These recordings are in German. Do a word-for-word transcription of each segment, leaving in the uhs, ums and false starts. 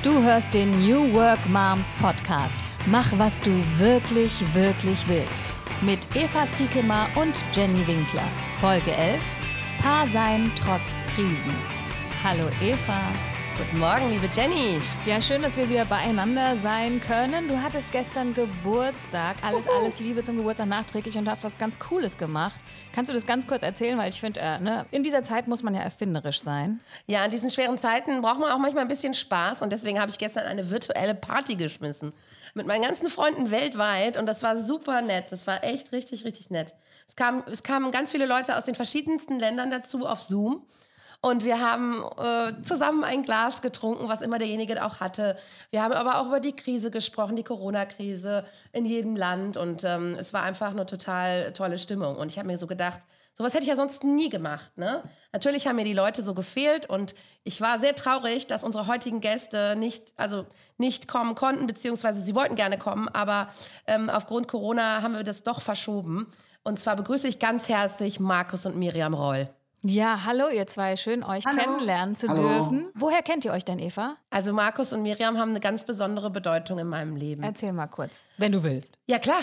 Du hörst den New Work Moms Podcast. Mach, was du wirklich, wirklich willst. Mit Eva Stiekema und Jenny Winkler. Folge elf. Paar sein trotz Krisen. Hallo Eva. Guten Morgen, liebe Jenny. Ja, schön, dass wir wieder beieinander sein können. Du hattest gestern Geburtstag. Alles, alles Liebe zum Geburtstag nachträglich und hast was ganz Cooles gemacht. Kannst du das ganz kurz erzählen? Weil ich finde, äh, ne, in dieser Zeit muss man ja erfinderisch sein. Ja, in diesen schweren Zeiten braucht man auch manchmal ein bisschen Spaß. Und deswegen habe ich gestern eine virtuelle Party geschmissen. Mit meinen ganzen Freunden weltweit. Und das war super nett. Das war echt richtig, richtig nett. Es kamen, es kamen ganz viele Leute aus den verschiedensten Ländern dazu auf Zoom. Und wir haben äh, zusammen ein Glas getrunken, was immer derjenige auch hatte. Wir haben aber auch über die Krise gesprochen, die Corona-Krise in jedem Land. Und ähm, es war einfach eine total tolle Stimmung. Und ich habe mir so gedacht, sowas hätte ich ja sonst nie gemacht. Ne? Natürlich haben mir die Leute so gefehlt. Und ich war sehr traurig, dass unsere heutigen Gäste nicht, also nicht kommen konnten, beziehungsweise sie wollten gerne kommen. Aber ähm, aufgrund Corona haben wir das doch verschoben. Und zwar begrüße ich ganz herzlich Markus und Miriam Reul. Ja, hallo ihr zwei, schön euch Hallo. kennenlernen zu Hallo. dürfen. Woher kennt ihr euch denn, Eva? Also Markus und Miriam haben eine ganz besondere Bedeutung in meinem Leben. Erzähl mal kurz, wenn du willst. Ja, klar.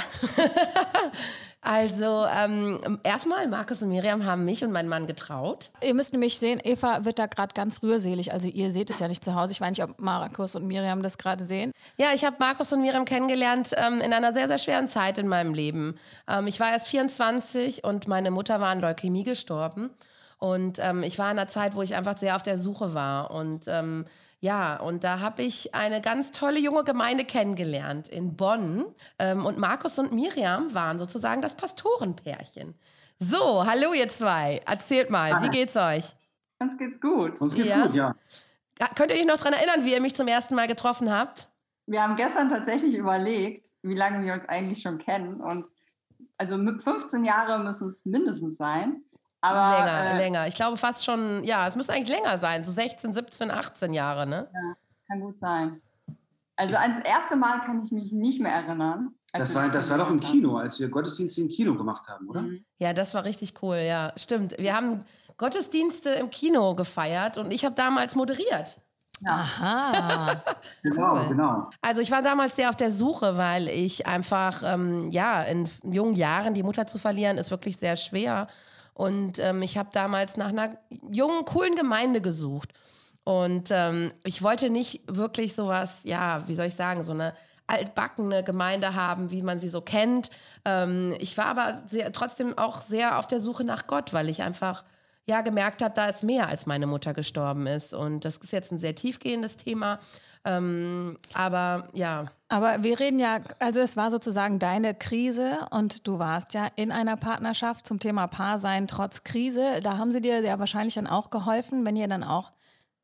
Also ähm, erstmal, Markus und Miriam haben mich und meinen Mann getraut. Ihr müsst nämlich sehen, Eva wird da gerade ganz rührselig. Also ihr seht es ja nicht zu Hause. Ich weiß nicht, ob Markus und Miriam das gerade sehen. Ja, ich habe Markus und Miriam kennengelernt ähm, in einer sehr, sehr schweren Zeit in meinem Leben. Ähm, ich war erst vierundzwanzig und meine Mutter war an Leukämie gestorben. Und ähm, ich war in einer Zeit, wo ich einfach sehr auf der Suche war. Und ähm, ja, und da habe ich eine ganz tolle junge Gemeinde kennengelernt in Bonn. Ähm, und Markus und Miriam waren sozusagen das Pastorenpärchen. So, hallo ihr zwei. Erzählt mal, Hi. wie geht's euch? Uns geht's gut. Uns geht's Ja. gut, ja. Könnt ihr euch noch daran erinnern, wie ihr mich zum ersten Mal getroffen habt? Wir haben gestern tatsächlich überlegt, wie lange wir uns eigentlich schon kennen. Und also mit fünfzehn Jahren müssen es mindestens sein. Aber, länger, äh, länger. Ich glaube fast schon, ja, es müsste eigentlich länger sein. So sechzehn, siebzehn, achtzehn Jahre, ne? Ja, kann gut sein. Also ans erste Mal kann ich mich nicht mehr erinnern. als Das wir war, das war doch im kennengelernt Kino, als wir Gottesdienste im Kino gemacht haben, oder? haben. Mhm. Ja, das war richtig cool, ja, stimmt. Wir haben Gottesdienste im Kino gefeiert und ich habe damals moderiert. Aha. Genau, Cool. genau. Also ich war damals sehr auf der Suche, weil ich einfach, ähm, ja, in jungen Jahren die Mutter zu verlieren, ist wirklich sehr schwer. Und ähm, ich habe damals nach einer jungen, coolen Gemeinde gesucht. Und ähm, ich wollte nicht wirklich sowas, ja, wie soll ich sagen, so eine altbackene Gemeinde haben, wie man sie so kennt. Ähm, ich war aber sehr, trotzdem auch sehr auf der Suche nach Gott, weil ich einfach ja gemerkt habe, da ist mehr, als meine Mutter gestorben ist. Und das ist jetzt ein sehr tiefgehendes Thema. Ähm, aber ja. Aber wir reden ja, also es war sozusagen deine Krise und du warst ja in einer Partnerschaft zum Thema Paar sein trotz Krise. Da haben sie dir ja wahrscheinlich dann auch geholfen, wenn ihr dann auch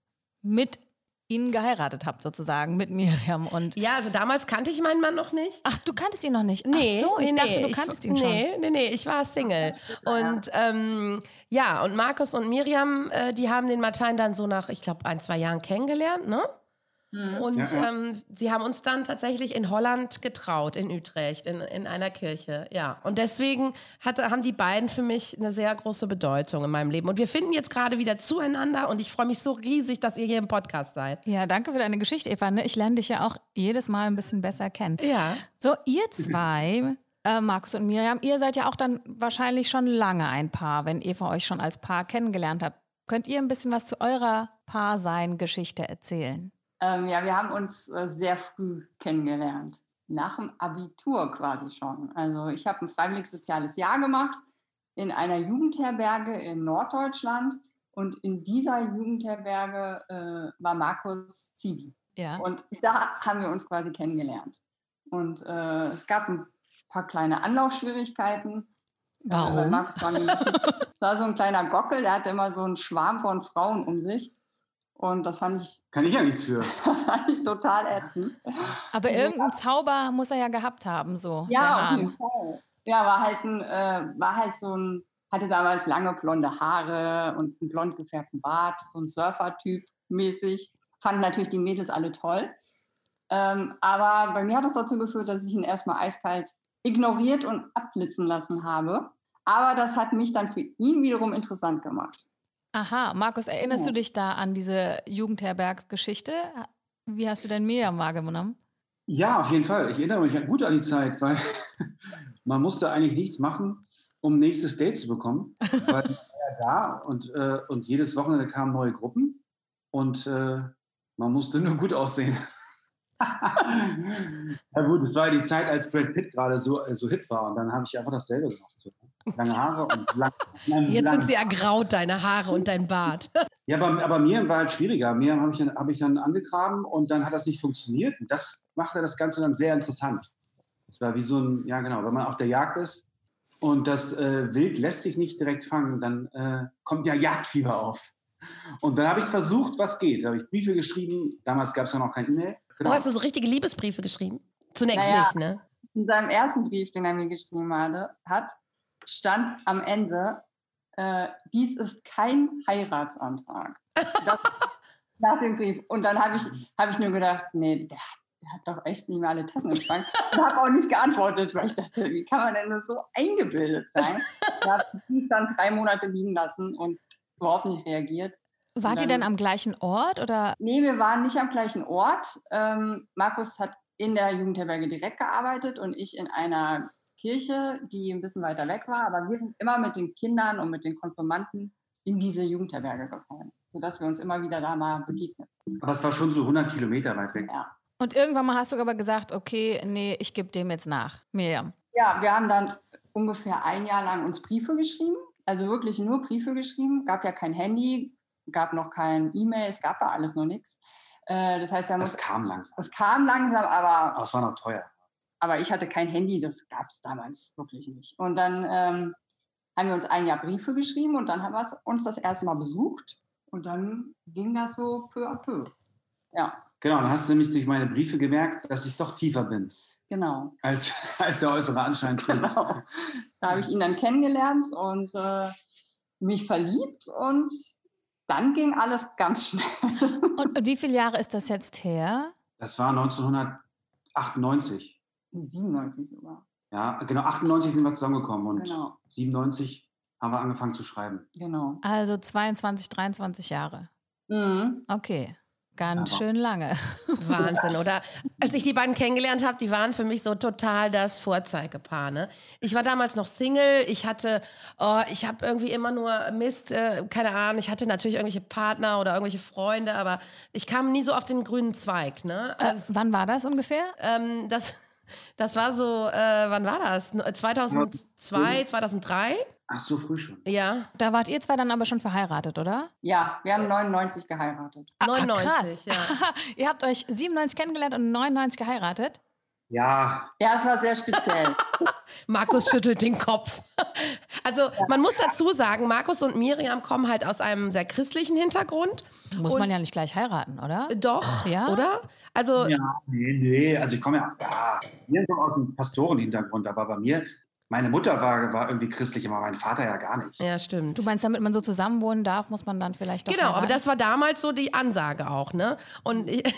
mit ihnen geheiratet habt sozusagen, mit Miriam. Und Ja, also damals kannte ich meinen Mann noch nicht. ach, du kanntest ihn noch nicht? Nee, ach so, ich nee, dachte, du ich- kanntest ihn schon. Nee, nee, nee, ich war Single. Und ähm, ja, und Markus und Miriam, äh, die haben den Martin dann so nach, ich glaube, ein, zwei Jahren kennengelernt, ne? Und Ja, ja. Ähm, sie haben uns dann tatsächlich in Holland getraut, in Utrecht, in, in einer Kirche, ja. Und deswegen hat, haben die beiden für mich eine sehr große Bedeutung in meinem Leben. Und wir finden jetzt gerade wieder zueinander und ich freue mich so riesig, dass ihr hier im Podcast seid. Ja, danke für deine Geschichte, Eva. Ne? Ich lerne dich ja auch jedes Mal ein bisschen besser kennen. Ja. So, ihr zwei, äh, Markus und Miriam, ihr seid ja auch dann wahrscheinlich schon lange ein Paar, wenn Eva euch schon als Paar kennengelernt habt. Könnt ihr ein bisschen was zu eurer Paar-Sein-Geschichte erzählen? Ähm, ja, wir haben uns äh, sehr früh kennengelernt. Nach dem Abitur quasi schon. Also ich habe ein freiwilliges soziales Jahr gemacht in einer Jugendherberge in Norddeutschland. Und in dieser Jugendherberge äh, war Markus Zivi. Ja. Und da haben wir uns quasi kennengelernt. Und äh, es gab ein paar kleine Anlaufschwierigkeiten. Warum? Äh, Markus war, ein bisschen, das war so ein kleiner Gockel, der hatte immer so einen Schwarm von Frauen um sich. Und das fand ich, Kann ich ja nichts für. das fand ich total ätzend. Aber irgendeinen Zauber muss er ja gehabt haben, so. der Ja, auf Hahn. jeden Fall. Ja, war halt, ein, äh, war halt so ein, hatte damals lange blonde Haare und einen blond gefärbten Bart, so ein Surfer-Typ mäßig. Fanden natürlich die Mädels alle toll. Ähm, aber bei mir hat es dazu geführt, dass ich ihn erstmal eiskalt ignoriert und abblitzen lassen habe. Aber das hat mich dann für ihn wiederum interessant gemacht. Aha, Markus, erinnerst Ja. du dich da an diese Jugendherbergsgeschichte? Wie hast du denn Miriam wahrgenommen? Ja, auf jeden Fall. Ich erinnere mich gut an die Zeit, weil man musste eigentlich nichts machen, um ein nächstes Date zu bekommen. Weil ich war ja da und, äh, und jedes Wochenende kamen neue Gruppen und äh, man musste nur gut aussehen. Ja gut, es war ja die Zeit, als Brad Pitt gerade so, äh, so hip war und dann habe ich einfach dasselbe gemacht. So. Lange Haare und lang, lang, Jetzt lang. sind sie ergraut, deine Haare und dein Bart. Ja, aber, aber Miriam war halt schwieriger. Miriam habe ich, dann- hab ich dann angegraben und dann hat das nicht funktioniert. Und das machte das Ganze dann sehr interessant. Es war wie so ein, ja genau, wenn man auf der Jagd ist und das äh, Wild lässt sich nicht direkt fangen, dann äh, kommt ja Jagdfieber auf. Und dann habe ich versucht, was geht. Da habe ich Briefe geschrieben. Damals gab es ja noch kein E-Mail. Genau. Oh, hast du so richtige Liebesbriefe geschrieben? Zunächst Naja. nicht, ne? In seinem ersten Brief, den er mir geschrieben hatte, hat, stand am Ende, äh, dies ist kein Heiratsantrag. Das, nach dem Brief. Und dann habe ich, hab ich nur gedacht, nee, der, der hat doch echt nicht mehr alle Tassen im Schrank. Und habe auch nicht geantwortet, weil ich dachte, wie kann man denn nur so eingebildet sein? Ich habe den Brief dann drei Monate liegen lassen und überhaupt nicht reagiert. Wart ihr dann- denn am gleichen Ort oder? Nee, wir waren nicht am gleichen Ort. Ähm, Markus hat in der Jugendherberge direkt gearbeitet und ich in einer Kirche, die ein bisschen weiter weg war. Aber wir sind immer mit den Kindern und mit den Konfirmanden in diese Jugendherberge gefahren, sodass wir uns immer wieder da mal begegnet sind. Aber es war schon so hundert Kilometer weit weg. Ja. Und irgendwann mal hast du aber gesagt, okay, nee, ich gebe dem jetzt nach. Miriam. ja, wir haben dann ungefähr ein Jahr lang uns Briefe geschrieben. Also wirklich nur Briefe geschrieben. Gab ja kein Handy, gab noch kein E-Mail, es gab ja alles noch nichts. Äh, das heißt, wir haben Das uns, kam langsam. es kam langsam, aber Aber es war noch teuer. Aber ich hatte kein Handy, das gab es damals wirklich nicht. Und dann ähm, haben wir uns ein Jahr Briefe geschrieben und dann haben wir uns das erste Mal besucht. Und dann ging das so peu à peu. Ja, Genau, dann hast du nämlich durch meine Briefe gemerkt, dass ich doch tiefer bin, genau. als, als der äußere Anschein trägt. genau. Da habe ich ihn dann kennengelernt und äh, mich verliebt und dann ging alles ganz schnell. Und, und wie viele Jahre ist das jetzt her? Das war neunzehnhundertachtundneunzig. siebenundneunzig sogar. Ja, genau, achtundneunzig sind wir zusammengekommen und Genau, siebenundneunzig haben wir angefangen zu schreiben. genau. Also zweiundzwanzig, dreiundzwanzig Jahre. Mhm. Okay, ganz Aber- schön lange. Wahnsinn, oder? Als ich die beiden kennengelernt habe, die waren für mich so total das Vorzeigepaar. Ne? Ich war damals noch Single, ich hatte, oh, ich habe irgendwie immer nur Mist, äh, keine Ahnung, ich hatte natürlich irgendwelche Partner oder irgendwelche Freunde, aber ich kam nie so auf den grünen Zweig. Ne? Äh, wann war das ungefähr? Ähm, das, das war so, äh, wann war das? zweitausendzwei, zweitausenddrei? Ach, so früh schon. Ja, Da wart ihr zwei dann aber schon verheiratet, oder? Ja, wir haben neunundneunzig geheiratet. Ah, neunundneunzig, krass. ja. Ihr habt euch siebenundneunzig kennengelernt und neunundneunzig geheiratet? Ja, Ja, es war sehr speziell. Markus schüttelt den Kopf. Also man muss dazu sagen, Markus und Miriam kommen halt aus einem sehr christlichen Hintergrund. Muss Und- man ja nicht gleich heiraten, oder? Doch, Ja? oder? Also ja, nee, nee, also ich komme ja, ja, wir kommen aus dem Pastorenhintergrund, aber bei mir, meine Mutter war, war irgendwie christlich, aber mein Vater ja gar nicht. ja, stimmt. Du meinst, damit man so zusammenwohnen darf, muss man dann vielleicht doch Genau, aber heiraten? das war damals so die Ansage auch, ne? Und, ich,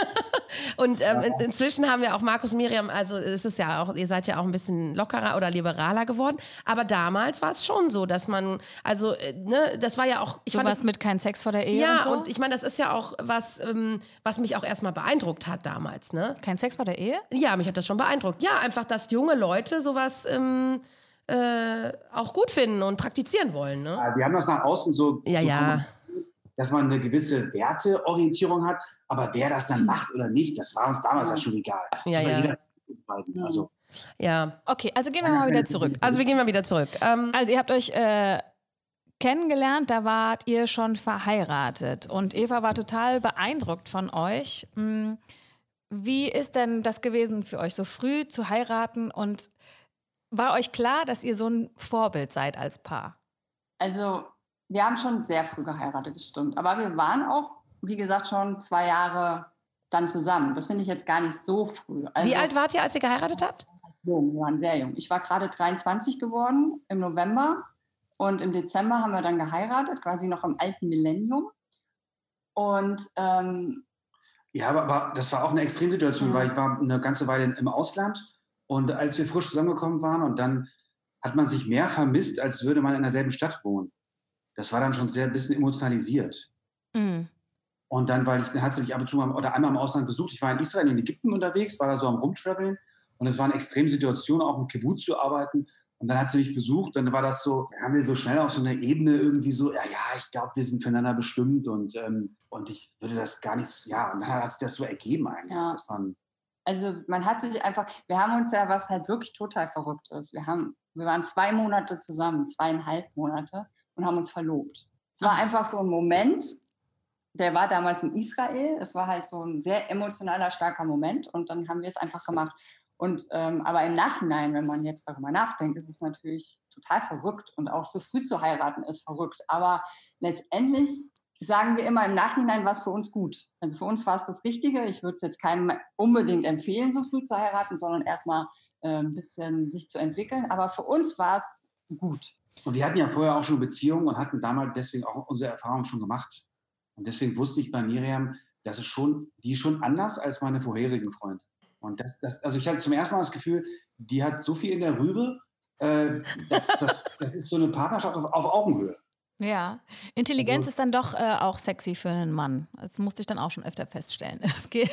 und ähm, in, inzwischen haben wir auch Markus und Miriam, also es ist ja auch, ihr seid ja auch ein bisschen lockerer oder liberaler geworden, aber damals war es schon so, dass man, also, äh, ne, das war ja auch, ich fand Sowas das, mit kein Sex vor der Ehe ja, und so? und ich meine, das ist ja auch was, ähm, was mich auch erstmal beeindruckt hat damals, ne? Kein Sex vor der Ehe? Ja, mich hat das schon beeindruckt. Ja, einfach, dass junge Leute sowas ähm, äh, auch gut finden und praktizieren wollen, ne? Ja, die haben das nach außen so, Ja, so ja. dass man eine gewisse Werteorientierung hat, aber wer das dann macht oder nicht, das war uns damals ja, schon egal. Ja, Das soll ja. jeder entscheiden. Also, Ja. Okay, also gehen wir mal wieder zurück. Also wir gehen mal wieder zurück. Ähm, Also ihr habt euch äh, kennengelernt, da wart ihr schon verheiratet und Eva war total beeindruckt von euch. Hm, Wie ist denn das gewesen für euch, so früh zu heiraten und war euch klar, dass ihr so ein Vorbild seid als Paar? Also, wir haben schon sehr früh geheiratet, das stimmt. Aber wir waren auch, wie gesagt, schon zwei Jahre dann zusammen. Das finde ich jetzt gar nicht so früh. Also, Wie alt wart ihr, als ihr geheiratet habt? jung, wir waren sehr jung. Ich war gerade dreiundzwanzig geworden im November und im Dezember haben wir dann geheiratet, quasi noch im alten Millennium. Und ähm, ja, aber, aber das war auch eine Extremsituation, Mhm. weil ich war eine ganze Weile im Ausland und als wir frisch zusammengekommen waren und dann hat man sich mehr vermisst, als würde man in derselben Stadt wohnen. Das war dann schon sehr ein bisschen emotionalisiert. Mhm. Und dann, weil ich, dann hat sie mich ab und zu mal, oder einmal im Ausland besucht. Ich war in Israel und in Ägypten unterwegs, war da so am Rumtraveln. Und es war eine extreme Situation, auch im Kibbutz zu arbeiten. Und dann hat sie mich besucht. Dann war das so, haben wir so schnell auf so einer Ebene irgendwie so, ja, ja, ich glaube, wir sind füreinander bestimmt. Und, ähm, und ich würde das gar nicht, ja, und dann hat sich das so ergeben eigentlich. Ja. Dass man, Also man hat sich einfach, wir haben uns ja, was halt wirklich total verrückt ist. Wir haben, wir waren zwei Monate zusammen, zweieinhalb Monate und haben uns verlobt. Es war einfach so ein Moment, der war damals in Israel. Es war halt so ein sehr emotionaler, starker Moment und dann haben wir es einfach gemacht. Und ähm, aber im Nachhinein, wenn man jetzt darüber nachdenkt, ist es natürlich total verrückt und auch so früh zu heiraten ist verrückt. Aber letztendlich sagen wir immer im Nachhinein, was für uns gut. Also für uns war es das Richtige. Ich würde es jetzt keinem unbedingt empfehlen, so früh zu heiraten, sondern erstmal äh, ein bisschen sich zu entwickeln. Aber für uns war es gut. und wir hatten ja vorher auch schon Beziehungen und hatten damals deswegen auch unsere Erfahrungen schon gemacht. Und deswegen wusste ich bei Miriam, dass es schon, die ist schon anders als meine vorherigen Freunde. Und das, das, also ich hatte zum ersten Mal das Gefühl, die hat so viel in der Rübe, äh, das, das, das ist so eine Partnerschaft auf, auf Augenhöhe. Ja, Intelligenz Also- ist dann doch äh, auch sexy für einen Mann. Das musste ich dann auch schon öfter feststellen. Es geht.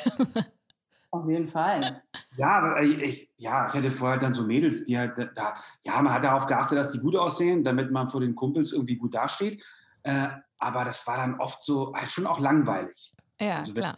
Auf jeden Fall. Ja, aber ich, ja, ich hatte vorher dann so Mädels, die halt da, ja, man hat darauf geachtet, dass die gut aussehen, damit man vor den Kumpels irgendwie gut dasteht. Äh, aber das war dann oft so, halt schon auch langweilig. Ja, Also wenn klar.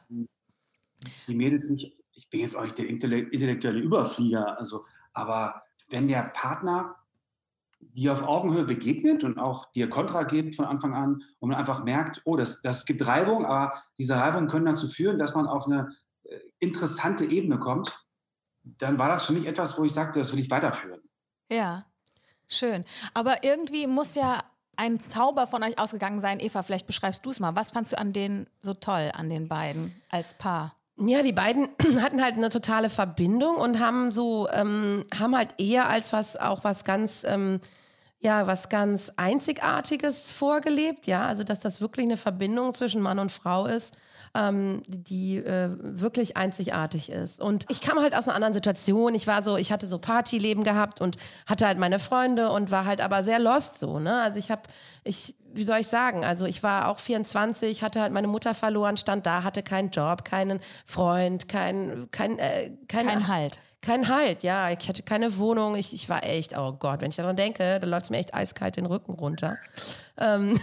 die Mädels nicht, ich bin jetzt auch nicht der intellektuelle Überflieger, also, aber wenn der Partner dir auf Augenhöhe begegnet und auch dir Kontra gibt von Anfang an und man einfach merkt, oh, das, das gibt Reibung, aber diese Reibungen können dazu führen, dass man auf eine äh, interessante Ebene kommt, dann war das für mich etwas, wo ich sagte, das will ich weiterführen. Ja, schön. Aber irgendwie muss ja ein Zauber von euch ausgegangen sein. Eva, vielleicht beschreibst du es mal. Was fandst du an denen so toll, an den beiden als Paar? Ja, die beiden hatten halt eine totale Verbindung und haben so, ähm, haben halt eher als was, auch was ganz, ähm, ja, was ganz Einzigartiges vorgelebt, ja, also dass das wirklich eine Verbindung zwischen Mann und Frau ist, ähm, die äh, wirklich einzigartig ist. Und ich kam halt aus einer anderen Situation. Ich war so, ich hatte so Partyleben gehabt und hatte halt meine Freunde und war halt aber sehr lost so, ne? Also ich habe, ich, wie soll ich sagen, also ich war auch vierundzwanzig, hatte halt meine Mutter verloren, stand da, hatte keinen Job, keinen Freund, kein, kein, äh, kein, Kein Halt. Kein Halt, ja. Ich hatte keine Wohnung. Ich, ich war echt, oh Gott, wenn ich daran denke, dann läuft es mir echt eiskalt den Rücken runter. ähm,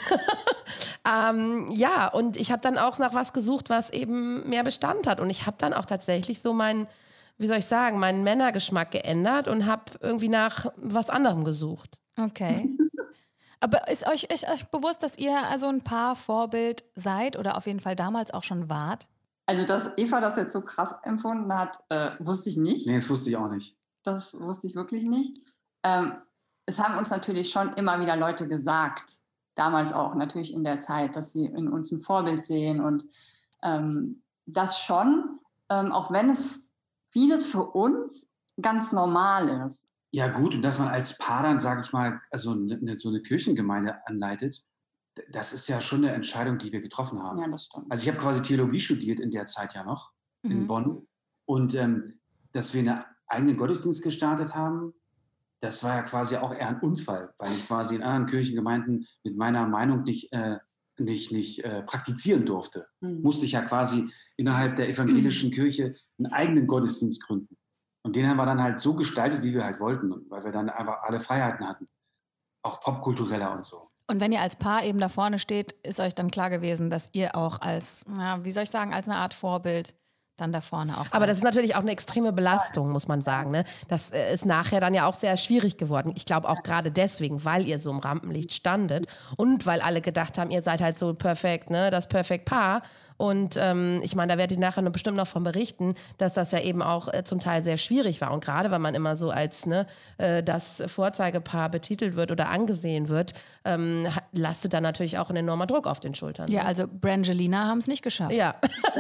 ähm, ja, und ich habe dann auch nach was gesucht, was eben mehr Bestand hat. Und ich habe dann auch tatsächlich so meinen, wie soll ich sagen, meinen Männergeschmack geändert und habe irgendwie nach was anderem gesucht. Okay. Aber ist euch, ist euch bewusst, dass ihr also ein Paar-Vorbild seid oder auf jeden Fall damals auch schon wart? Also, dass Eva das jetzt so krass empfunden hat, äh, wusste ich nicht. Nee, das wusste ich auch nicht. Das wusste ich wirklich nicht. Ähm, es haben uns natürlich schon immer wieder Leute gesagt, damals auch natürlich in der Zeit, dass sie in uns ein Vorbild sehen und ähm, das schon, ähm, auch wenn es vieles für uns ganz normal ist. Ja gut, und dass man als Paar dann, sage ich mal, also ne, so eine Kirchengemeinde anleitet, das ist ja schon eine Entscheidung, die wir getroffen haben. Ja, das stimmt. Also ich habe quasi Theologie studiert in der Zeit ja noch, Mhm. in Bonn. Und ähm, dass wir einen eigenen Gottesdienst gestartet haben, das war ja quasi auch eher ein Unfall, weil ich quasi in anderen Kirchengemeinden mit meiner Meinung nicht, äh, nicht, nicht äh, praktizieren durfte. Mhm. Musste ich ja quasi innerhalb der evangelischen Kirche einen eigenen Gottesdienst gründen. Und den haben wir dann halt so gestaltet, wie wir halt wollten, weil wir dann einfach alle Freiheiten hatten. Auch popkultureller und so. Und wenn ihr als Paar eben da vorne steht, ist euch dann klar gewesen, dass ihr auch als, ja, wie soll ich sagen, als eine Art Vorbild dann da vorne auch seid. Aber das ist natürlich auch eine extreme Belastung, muss man sagen. Ne? Das äh, ist nachher dann ja auch sehr schwierig geworden. Ich glaube auch gerade deswegen, weil ihr so im Rampenlicht standet und weil alle gedacht haben, ihr seid halt so perfekt, ne? Das Perfect Paar. Und ähm, ich meine, da werdet ihr nachher noch bestimmt noch von berichten, dass das ja eben auch äh, zum Teil sehr schwierig war. Und gerade, weil man immer so als ne, äh, das Vorzeigepaar betitelt wird oder angesehen wird, ähm, ha- lastet dann natürlich auch ein enormer Druck auf den Schultern. ja, ne? also Brangelina haben es nicht geschafft. Ja,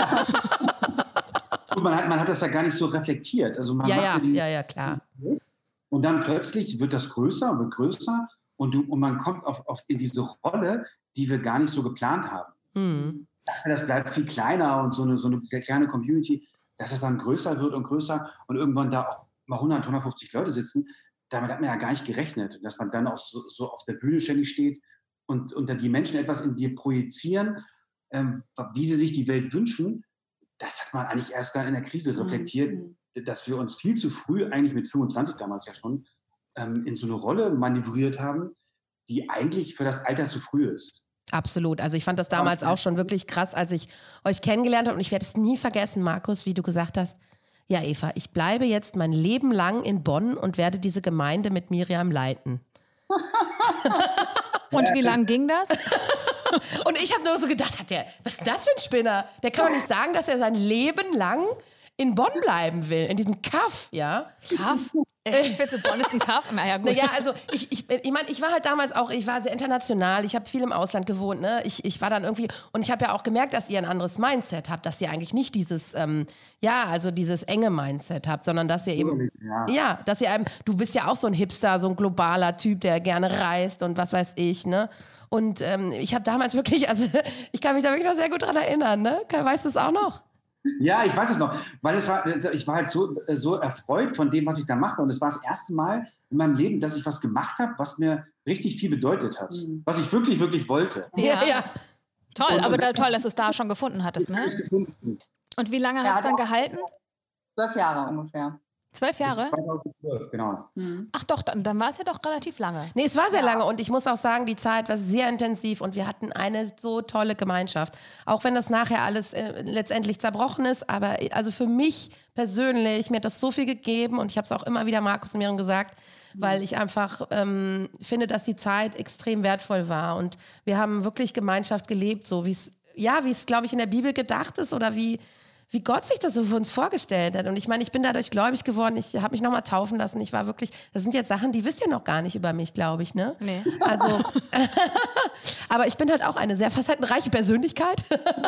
Und man hat, man hat das ja gar nicht so reflektiert. Also man ja, macht ja, die, ja, ja, klar. Und dann plötzlich wird das größer und wird größer und, du, und man kommt auf, auf in diese Rolle, die wir gar nicht so geplant haben. Hm. Das bleibt viel kleiner und so eine, so eine kleine Community, dass es dann größer wird und größer und irgendwann da auch mal hundert, hundertfünfzig Leute sitzen, damit hat man ja gar nicht gerechnet. Dass man dann auch so, so auf der Bühne ständig steht und, und da die Menschen etwas in dir projizieren ähm, wie sie sich die Welt wünschen, das hat man eigentlich erst dann in der Krise reflektiert, mhm. dass wir uns viel zu früh, eigentlich mit fünfundzwanzig damals ja schon, ähm, in so eine Rolle manövriert haben, die eigentlich für das Alter zu früh ist. Absolut. Also ich fand das damals auch schon wirklich krass, als ich euch kennengelernt habe. Und ich werde es nie vergessen, Markus, wie du gesagt hast, ja Eva, ich bleibe jetzt mein Leben lang in Bonn und werde diese Gemeinde mit Miriam leiten. Und wie lang ging das? Und ich habe nur so gedacht, hat der, was ist das für ein Spinner? Der kann doch nicht sagen, dass er sein Leben lang in Bonn bleiben will, in diesem Kaff, ja? Kaff? Ich finde, Bonn ist ein Kaff. Naja, gut. Naja, also ich, ich, ich meine, ich war halt damals auch, ich war sehr international, ich habe viel im Ausland gewohnt, ne? Ich, ich war dann irgendwie, und ich habe ja auch gemerkt, dass ihr ein anderes Mindset habt, dass ihr eigentlich nicht dieses, ähm, ja, also dieses enge Mindset habt, sondern dass ihr eben, ja, ja dass ihr einem, du bist ja auch so ein Hipster, so ein globaler Typ, der gerne reist und was weiß ich, ne? Und ähm, ich habe damals wirklich, also ich kann mich da wirklich noch sehr gut dran erinnern, ne? Weißt du es auch noch? Ja, ich weiß es noch, weil es war, ich war halt so, so erfreut von dem, was ich da mache. Und es war das erste Mal in meinem Leben, dass ich was gemacht habe, was mir richtig viel bedeutet hat. Mhm. Was ich wirklich, wirklich wollte. Ja, ja. Toll, und, aber und, da, toll, dass du es da schon gefunden hattest, ne? Und wie lange hat es dann gehalten? Zwölf Jahre ungefähr. Zwölf Jahre? zweitausendzwölf, genau. Mhm. Ach doch, dann, dann war es ja doch relativ lange. Nee, es war sehr ja. lange und ich muss auch sagen, die Zeit war sehr intensiv und wir hatten eine so tolle Gemeinschaft. Auch wenn das nachher alles äh, letztendlich zerbrochen ist, aber also für mich persönlich, mir hat das so viel gegeben und ich habe es auch immer wieder Markus und Miriam gesagt, mhm. weil ich einfach ähm, finde, dass die Zeit extrem wertvoll war und wir haben wirklich Gemeinschaft gelebt, so wie es, ja, wie es, glaube ich, in der Bibel gedacht ist oder wie wie Gott sich das so für uns vorgestellt hat. Und ich meine, ich bin dadurch gläubig geworden, ich habe mich nochmal taufen lassen. Ich war wirklich, das sind jetzt Sachen, die wisst ihr noch gar nicht über mich, glaube ich, ne? Nee. Also, aber ich bin halt auch eine sehr facettenreiche Persönlichkeit.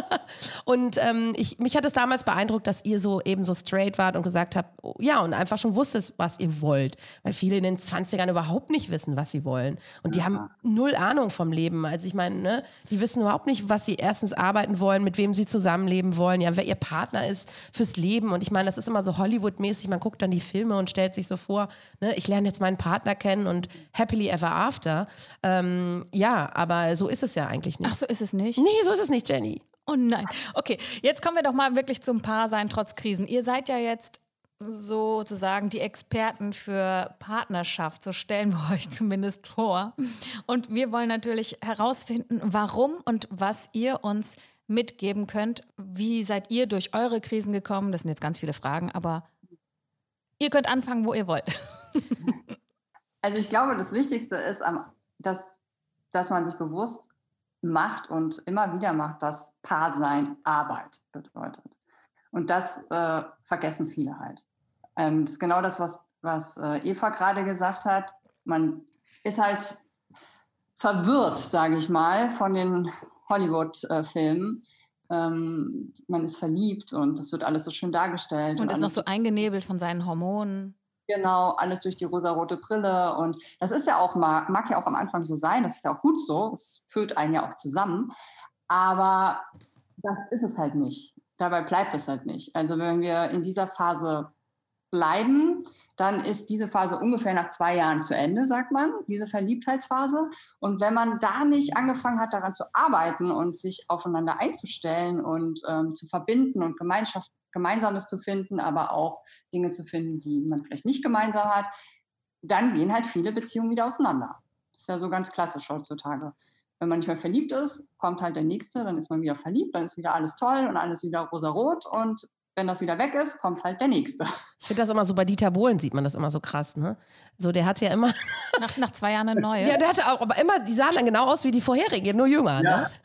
Und ähm, ich, mich hat es damals beeindruckt, dass ihr so eben so straight wart und gesagt habt, oh, ja, und einfach schon wusstet, was ihr wollt. Weil viele in den zwanzigern überhaupt nicht wissen, was sie wollen. Und die ja. haben null Ahnung vom Leben. Also ich meine, ne, die wissen überhaupt nicht, was sie erstens arbeiten wollen, mit wem sie zusammenleben wollen, ja, wer ihr Partner ist fürs Leben. Und ich meine, das ist immer so Hollywood-mäßig, man guckt dann die Filme und stellt sich so vor, ne, ich lerne jetzt meinen Partner kennen und happily ever after. Ähm, ja, aber so ist es ja eigentlich nicht. Ach, so ist es nicht? Nee, so ist es nicht, Jenny. Oh nein. Okay, jetzt kommen wir doch mal wirklich zum Paarsein trotz Krisen. Ihr seid ja jetzt sozusagen die Experten für Partnerschaft, so stellen wir euch zumindest vor. Und wir wollen natürlich herausfinden, warum und was ihr uns mitgeben könnt. Wie seid ihr durch eure Krisen gekommen? Das sind jetzt ganz viele Fragen, aber ihr könnt anfangen, wo ihr wollt. Also ich glaube, das Wichtigste ist, dass, dass man sich bewusst macht und immer wieder macht, dass Paarsein Arbeit bedeutet. Und das äh, vergessen viele halt. Ähm, das ist genau das, was, was äh, Eva gerade gesagt hat. Man ist halt verwirrt, sage ich mal, von den Hollywood-Filmen. Ähm, man ist verliebt und das wird alles so schön dargestellt. Und, und ist noch so so eingenebelt von seinen Hormonen. Genau, alles durch die rosarote Brille. Und das ist ja auch, mag, mag ja auch am Anfang so sein, das ist ja auch gut so, es führt einen ja auch zusammen. Aber das ist es halt nicht. Dabei bleibt es halt nicht. Also wenn wir in dieser Phase bleiben, dann ist diese Phase ungefähr nach zwei Jahren zu Ende, sagt man, diese Verliebtheitsphase. Und wenn man da nicht angefangen hat, daran zu arbeiten und sich aufeinander einzustellen und ähm, zu verbinden und Gemeinschaft, Gemeinsames zu finden, aber auch Dinge zu finden, die man vielleicht nicht gemeinsam hat, dann gehen halt viele Beziehungen wieder auseinander. Das ist ja so ganz klassisch heutzutage. Wenn man nicht mehr verliebt ist, kommt halt der Nächste, dann ist man wieder verliebt, dann ist wieder alles toll und alles wieder rosarot und wenn das wieder weg ist, kommt halt der Nächste. Ich finde das immer so, bei Dieter Bohlen sieht man das immer so krass, ne? So, der hatte ja immer... Nach, nach zwei Jahren eine neue. Ja, der hatte auch, aber immer, die sahen dann genau aus wie die vorherigen, nur jünger, ja. ne?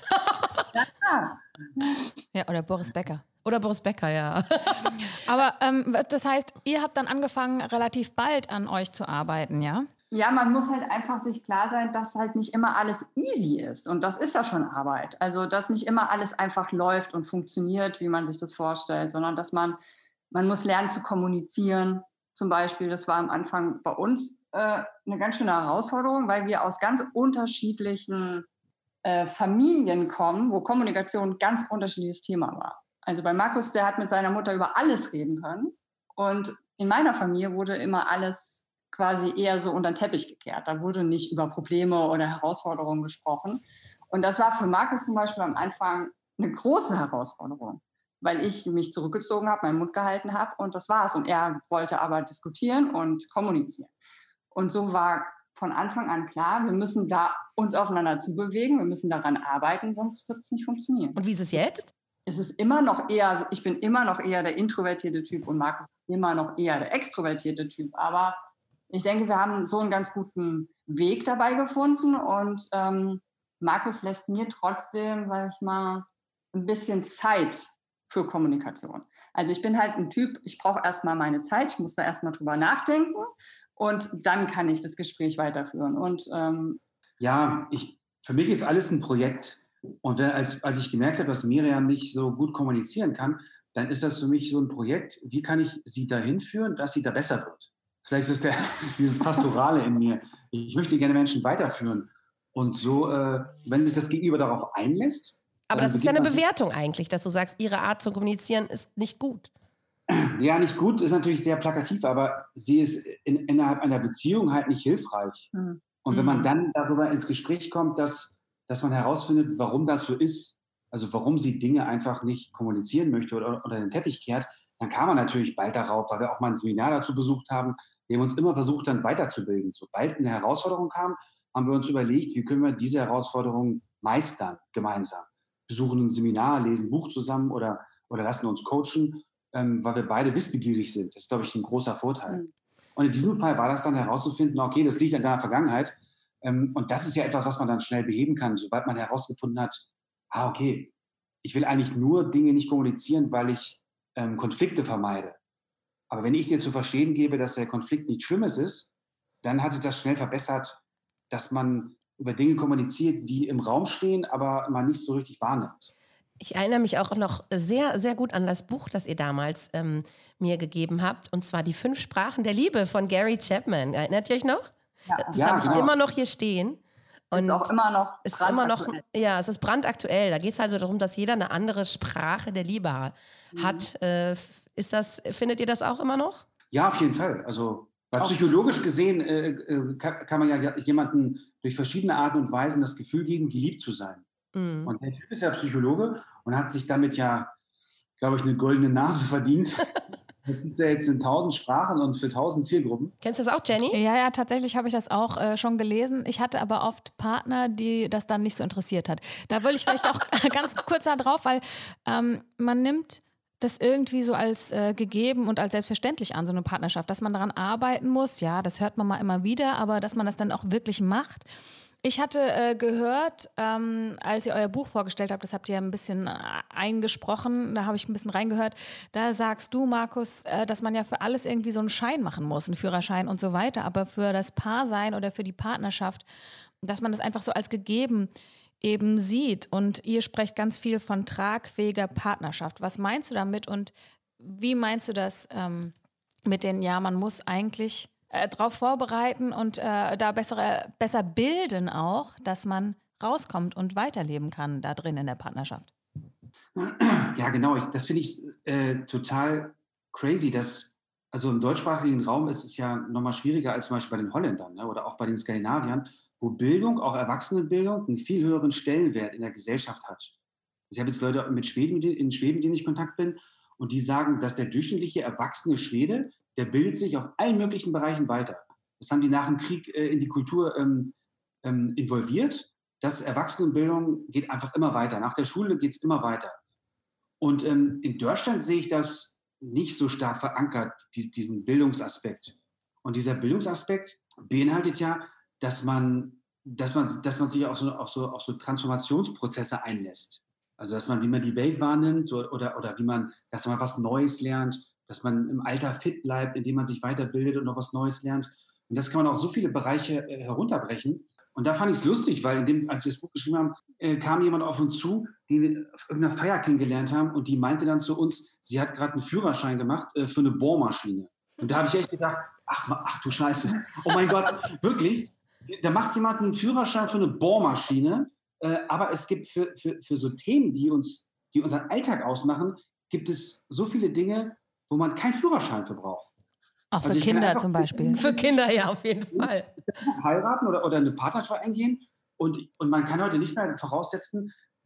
Ja. Ja, oder Boris Becker. Oder Boris Becker, ja. Aber ähm, das heißt, ihr habt dann angefangen, relativ bald an euch zu arbeiten, ja? Ja, man muss halt einfach sich klar sein, dass halt nicht immer alles easy ist. Und das ist ja schon Arbeit. Also, dass nicht immer alles einfach läuft und funktioniert, wie man sich das vorstellt, sondern dass man, man muss lernen zu kommunizieren. Zum Beispiel, das war am Anfang bei uns äh, eine ganz schöne Herausforderung, weil wir aus ganz unterschiedlichen äh, Familien kommen, wo Kommunikation ein ganz unterschiedliches Thema war. Also bei Markus, der hat mit seiner Mutter über alles reden können. Und in meiner Familie wurde immer alles quasi eher so unter den Teppich gekehrt. Da wurde nicht über Probleme oder Herausforderungen gesprochen. Und das war für Markus zum Beispiel am Anfang eine große Herausforderung, weil ich mich zurückgezogen habe, meinen Mund gehalten habe und das war's. Und er wollte aber diskutieren und kommunizieren. Und so war von Anfang an klar, wir müssen da uns aufeinander zubewegen, wir müssen daran arbeiten, sonst wird es nicht funktionieren. Und wie ist es jetzt? Es ist immer noch eher, ich bin immer noch eher der introvertierte Typ und Markus ist immer noch eher der extrovertierte Typ. Aber ich denke, wir haben so einen ganz guten Weg dabei gefunden und ähm, Markus lässt mir trotzdem, sag ich mal, ein bisschen Zeit für Kommunikation. Also ich bin halt ein Typ, ich brauche erstmal meine Zeit, ich muss da erstmal drüber nachdenken und dann kann ich das Gespräch weiterführen. Und ähm, ja, ich, für mich ist alles ein Projekt. Und wenn, als, als ich gemerkt habe, dass Miriam nicht so gut kommunizieren kann, dann ist das für mich so ein Projekt, wie kann ich sie dahin führen, dass sie da besser wird. Vielleicht ist das der, dieses Pastorale in mir. Ich möchte gerne Menschen weiterführen. Und so, äh, wenn sich das Gegenüber darauf einlässt. Aber das ist ja eine Bewertung eigentlich, dass du sagst, ihre Art zu kommunizieren ist nicht gut. Ja, nicht gut ist natürlich sehr plakativ, aber sie ist in, innerhalb einer Beziehung halt nicht hilfreich. Mhm. Und wenn man dann darüber ins Gespräch kommt, dass, dass man herausfindet, warum das so ist, also warum sie Dinge einfach nicht kommunizieren möchte oder, oder den Teppich kehrt, dann kam man natürlich bald darauf, weil wir auch mal ein Seminar dazu besucht haben. Wir haben uns immer versucht, dann weiterzubilden. Sobald eine Herausforderung kam, haben wir uns überlegt, wie können wir diese Herausforderung meistern, gemeinsam. Besuchen ein Seminar, lesen ein Buch zusammen oder, oder lassen uns coachen, ähm, weil wir beide wissbegierig sind. Das ist, glaube ich, ein großer Vorteil. Mhm. Und in diesem Fall war das dann herauszufinden, okay, das liegt an deiner Vergangenheit. Ähm, und das ist ja etwas, was man dann schnell beheben kann, sobald man herausgefunden hat, ah, okay, ich will eigentlich nur Dinge nicht kommunizieren, weil ich ähm, Konflikte vermeide. Aber wenn ich dir zu verstehen gebe, dass der Konflikt nichts Schlimmes ist, dann hat sich das schnell verbessert, dass man über Dinge kommuniziert, die im Raum stehen, aber man nicht so richtig wahrnimmt. Ich erinnere mich auch noch sehr, sehr gut an das Buch, das ihr damals ähm, mir gegeben habt, und zwar Die fünf Sprachen der Liebe von Gary Chapman. Erinnert ihr euch noch? Ja. Das ja, habe ich genau. immer noch hier stehen. Und ist auch immer noch ist immer noch, ja, es ist brandaktuell. Da geht es also darum, dass jeder eine andere Sprache der Liebe mhm. hat. Äh, ist das, findet ihr das auch immer noch? Ja, auf jeden Fall. Also weil psychologisch gesehen äh, kann, kann man ja jemandem durch verschiedene Arten und Weisen das Gefühl geben, geliebt zu sein. Mhm. Und der Typ ist ja Psychologe und hat sich damit ja, glaube ich, eine goldene Nase verdient. Das gibt es ja jetzt in tausend Sprachen und für tausend Zielgruppen. Kennst du das auch, Jenny? Ja, ja, tatsächlich habe ich das auch äh, schon gelesen. Ich hatte aber oft Partner, die das dann nicht so interessiert hat. Da will ich vielleicht auch ganz kurz da drauf, weil ähm, man nimmt das irgendwie so als äh, gegeben und als selbstverständlich an, so eine Partnerschaft, dass man daran arbeiten muss. Ja, das hört man mal immer wieder, aber dass man das dann auch wirklich macht. Ich hatte äh, gehört, ähm, als ihr euer Buch vorgestellt habt, das habt ihr ein bisschen äh, eingesprochen, da habe ich ein bisschen reingehört, da sagst du, Markus, äh, dass man ja für alles irgendwie so einen Schein machen muss, einen Führerschein und so weiter, aber für das Paarsein oder für die Partnerschaft, dass man das einfach so als gegeben eben sieht. Und ihr sprecht ganz viel von tragfähiger Partnerschaft. Was meinst du damit und wie meinst du das ähm, mit den, ja, man muss eigentlich Äh, darauf vorbereiten und äh, da bessere, besser bilden auch, dass man rauskommt und weiterleben kann da drin in der Partnerschaft? Ja, genau. Ich, das finde ich äh, total crazy, dass also im deutschsprachigen Raum ist es ja nochmal schwieriger als zum Beispiel bei den Holländern, ne, oder auch bei den Skandinaviern, wo Bildung, auch Erwachsenenbildung, einen viel höheren Stellenwert in der Gesellschaft hat. Ich habe jetzt Leute mit Schweden, mit denen, in Schweden, mit denen ich in Kontakt bin, und die sagen, dass der durchschnittliche erwachsene Schwede, der bildet sich auf allen möglichen Bereichen weiter. Das haben die nach dem Krieg äh, in die Kultur ähm, ähm, involviert. Das Erwachsenenbildung geht einfach immer weiter. Nach der Schule geht es immer weiter. Und ähm, in Deutschland sehe ich das nicht so stark verankert, die, diesen Bildungsaspekt. Und dieser Bildungsaspekt beinhaltet ja, dass man, dass man, dass man sich auf so, auf, so, auf so Transformationsprozesse einlässt. Also dass man, wie man die Welt wahrnimmt oder, oder, oder wie man, dass man was Neues lernt, dass man im Alter fit bleibt, indem man sich weiterbildet und noch was Neues lernt. Und das kann man auf so viele Bereiche äh, herunterbrechen. Und da fand ich es lustig, weil in dem, als wir das Buch geschrieben haben, äh, kam jemand auf uns zu, den wir auf irgendeiner Feier kennengelernt haben, und die meinte dann zu uns, sie hat gerade einen Führerschein gemacht äh, für eine Bohrmaschine. Und da habe ich echt gedacht, ach, ach du Scheiße, oh mein Gott, wirklich? Da macht jemand einen Führerschein für eine Bohrmaschine, äh, aber es gibt für, für, für so Themen, die uns, die unseren Alltag ausmachen, gibt es so viele Dinge, wo man keinen Führerschein für braucht. Auch für also Kinder zum Beispiel. Für Kinder, ja, auf jeden Fall. Heiraten oder, oder eine Partnerschaft eingehen und, und man kann heute nicht mehr voraussetzen,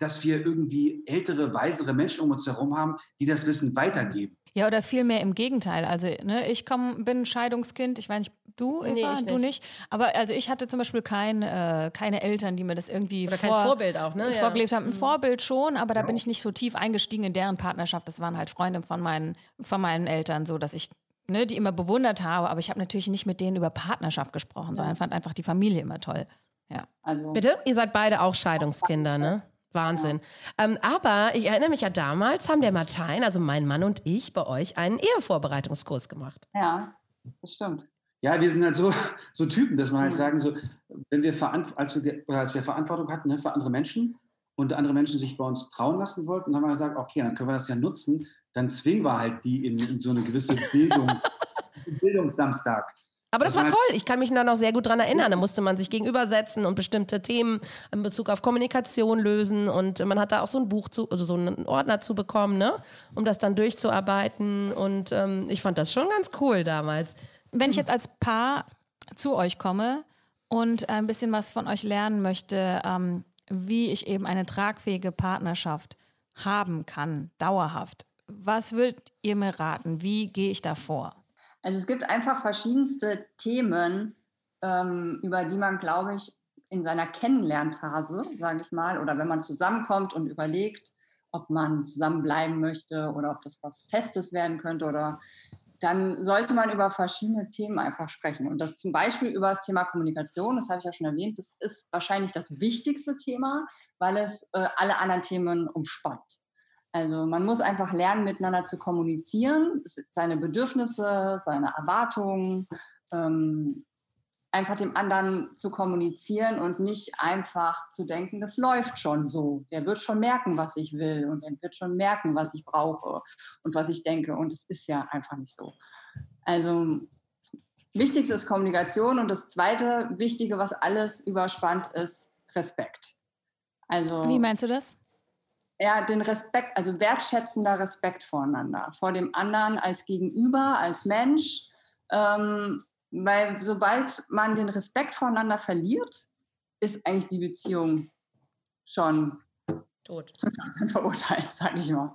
dass wir irgendwie ältere, weisere Menschen um uns herum haben, die das Wissen weitergeben. Ja, oder vielmehr im Gegenteil. Also, ne, ich komm, bin ein Scheidungskind. Ich weiß nicht, du, Eva, Nee, ich du nicht. nicht. Aber also ich hatte zum Beispiel kein, äh, keine Eltern, die mir das irgendwie Oder vor, kein Vorbild auch, ne? Ja. vorgelebt haben. Ein Vorbild schon, aber da Ja. bin ich nicht so tief eingestiegen in deren Partnerschaft. Das waren halt Freunde von meinen, von meinen Eltern, so dass ich ne, die immer bewundert habe. Aber ich habe natürlich nicht mit denen über Partnerschaft gesprochen, sondern fand einfach die Familie immer toll. Ja. Also, Bitte? Ihr seid beide auch Scheidungskinder, ne? Wahnsinn. Ähm, aber ich erinnere mich ja, damals haben der Martin, also mein Mann und ich, bei euch einen Ehevorbereitungskurs gemacht. ja, das stimmt. Ja, wir sind halt so, so Typen, dass man halt Mhm. sagen, so, wenn wir, Veran- als wir, ge- oder als wir Verantwortung hatten ne, für andere Menschen und andere Menschen sich bei uns trauen lassen wollten, haben wir gesagt, okay, dann können wir das ja nutzen, dann zwingen wir halt die in, in so eine gewisse Bildung, Bildungssamstag. Aber das war Das toll. Ich kann mich da noch sehr gut dran erinnern. Da musste man sich gegenübersetzen und bestimmte Themen in Bezug auf Kommunikation lösen. Und man hat da auch so ein Buch, zu, also so einen Ordner zu bekommen, ne? Um das dann durchzuarbeiten. Und ähm, ich fand das schon ganz cool damals. Wenn ich jetzt als Paar zu euch komme und ein bisschen was von euch lernen möchte, ähm, wie ich eben eine tragfähige Partnerschaft haben kann, dauerhaft, was würdet ihr mir raten? Wie gehe ich da vor? Also es gibt einfach verschiedenste Themen, ähm, über die man, glaube ich, in seiner Kennenlernphase, sage ich mal, oder wenn man zusammenkommt und überlegt, ob man zusammenbleiben möchte oder ob das was Festes werden könnte, oder dann sollte man über verschiedene Themen einfach sprechen. Und das zum Beispiel über das Thema Kommunikation, das habe ich ja schon erwähnt, das ist wahrscheinlich das wichtigste Thema, weil es äh, alle anderen Themen umspannt. Also man muss einfach lernen, miteinander zu kommunizieren, seine Bedürfnisse, seine Erwartungen, ähm, einfach dem anderen zu kommunizieren und nicht einfach zu denken, das läuft schon so. Der wird schon merken, was ich will, und der wird schon merken, was ich brauche und was ich denke. Und es ist ja einfach nicht so. Also das Wichtigste ist Kommunikation, und das zweite Wichtige, was alles überspannt, ist Respekt. Also Wie meinst du das? ja, den Respekt, also wertschätzender Respekt voreinander, vor dem anderen als Gegenüber, als Mensch. Ähm, weil sobald man den Respekt voreinander verliert, ist eigentlich die Beziehung schon Tot. total verurteilt, sage ich mal.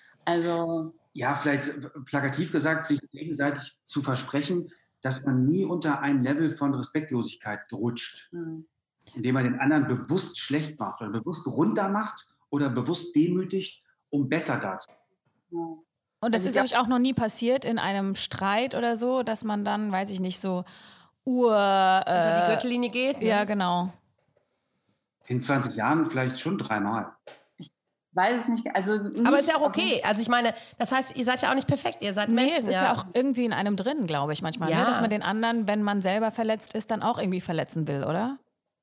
Also Ja, vielleicht plakativ gesagt, sich gegenseitig zu versprechen, dass man nie unter ein Level von Respektlosigkeit rutscht, mh, indem man den anderen bewusst schlecht macht oder bewusst runter macht oder bewusst demütigt, um besser dazu. ja. Und das Also ist ja. euch auch noch nie passiert in einem Streit oder so, dass man dann, weiß ich nicht, so Ur... Unter die Äh, Gürtellinie geht. Ne? ja, genau. In zwanzig Jahren vielleicht schon dreimal. Weiß es nicht, also nicht, Aber ist ja auch okay. Also ich meine, das heißt, ihr seid ja auch nicht perfekt. Ihr seid Nee, Menschen. es ist ja. auch irgendwie in einem drin, glaube ich, manchmal. Ja. Ne? Dass man den anderen, wenn man selber verletzt ist, dann auch irgendwie verletzen will, oder?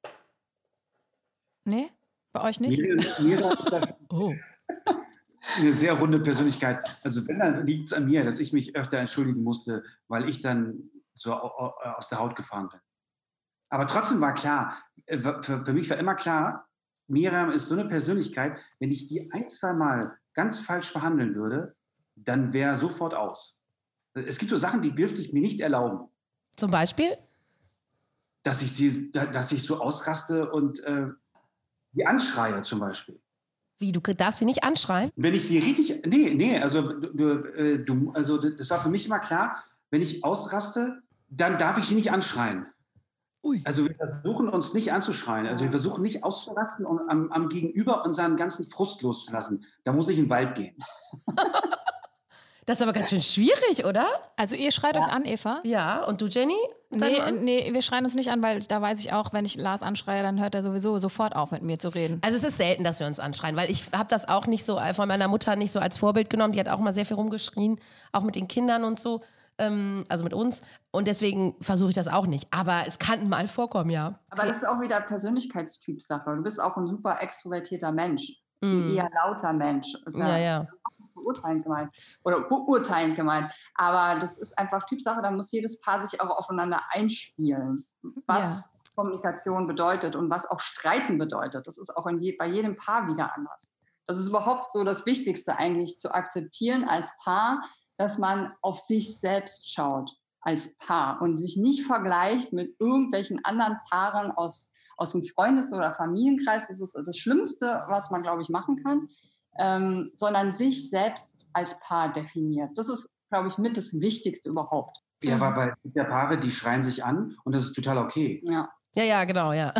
Nee? Bei euch nicht? Miriam, Miriam ist das Oh. eine sehr runde Persönlichkeit. Also wenn, dann liegt es an mir, dass ich mich öfter entschuldigen musste, weil ich dann so au- au- aus der Haut gefahren bin. Aber trotzdem war klar, äh, für, für mich war immer klar, Miriam ist so eine Persönlichkeit, wenn ich die ein, zwei Mal ganz falsch behandeln würde, dann wäre sofort aus. Es gibt so Sachen, die dürfte ich mir nicht erlauben, Zum Beispiel? dass ich sie, da- dass ich so ausraste und äh, die anschreie zum Beispiel. Wie, du darfst sie nicht anschreien? Wenn ich sie richtig, nee, nee, also du, du, äh, du, also das war für mich immer klar, wenn ich ausraste, dann darf ich sie nicht anschreien. Ui. Also wir versuchen uns nicht anzuschreien, also wir versuchen nicht auszurasten und am, am Gegenüber unseren ganzen Frust loszulassen. Da muss ich in den Wald gehen. Das ist aber ganz schön schwierig, oder? Also ihr schreit euch an, Eva? Ja, und du, Jenny? Und dein Nee, Mann? nee, wir schreien uns nicht an, weil da weiß ich auch, wenn ich Lars anschreie, dann hört er sowieso sofort auf, mit mir zu reden. Also es ist selten, dass wir uns anschreien, weil ich habe das auch nicht so äh, von meiner Mutter nicht so als Vorbild genommen. Die hat auch mal sehr viel rumgeschrien, auch mit den Kindern und so, ähm, also mit uns. Und deswegen versuche ich das auch nicht. Aber es kann mal vorkommen, ja. aber das ist auch wieder Persönlichkeitstypsache. Du bist auch ein super extrovertierter Mensch, Mm. ein eher lauter Mensch. Ist Ja, ja. beurteilend gemeint oder beurteilend gemeint. Aber das ist einfach Typsache, da muss jedes Paar sich auch aufeinander einspielen, was Ja. Kommunikation bedeutet und was auch Streiten bedeutet. Das ist auch in je, bei jedem Paar wieder anders. Das ist überhaupt so das Wichtigste eigentlich, zu akzeptieren als Paar, dass man auf sich selbst schaut. als Paar und sich nicht vergleicht mit irgendwelchen anderen Paaren aus, aus dem Freundes- oder Familienkreis. Das ist das Schlimmste, was man, glaube ich, machen kann, ähm, sondern sich selbst als Paar definiert. Das ist, glaube ich, mit das Wichtigste überhaupt. Ja, weil, weil es gibt ja Paare, die schreien sich an und das ist total okay. Ja. Ja, ja, genau, ja.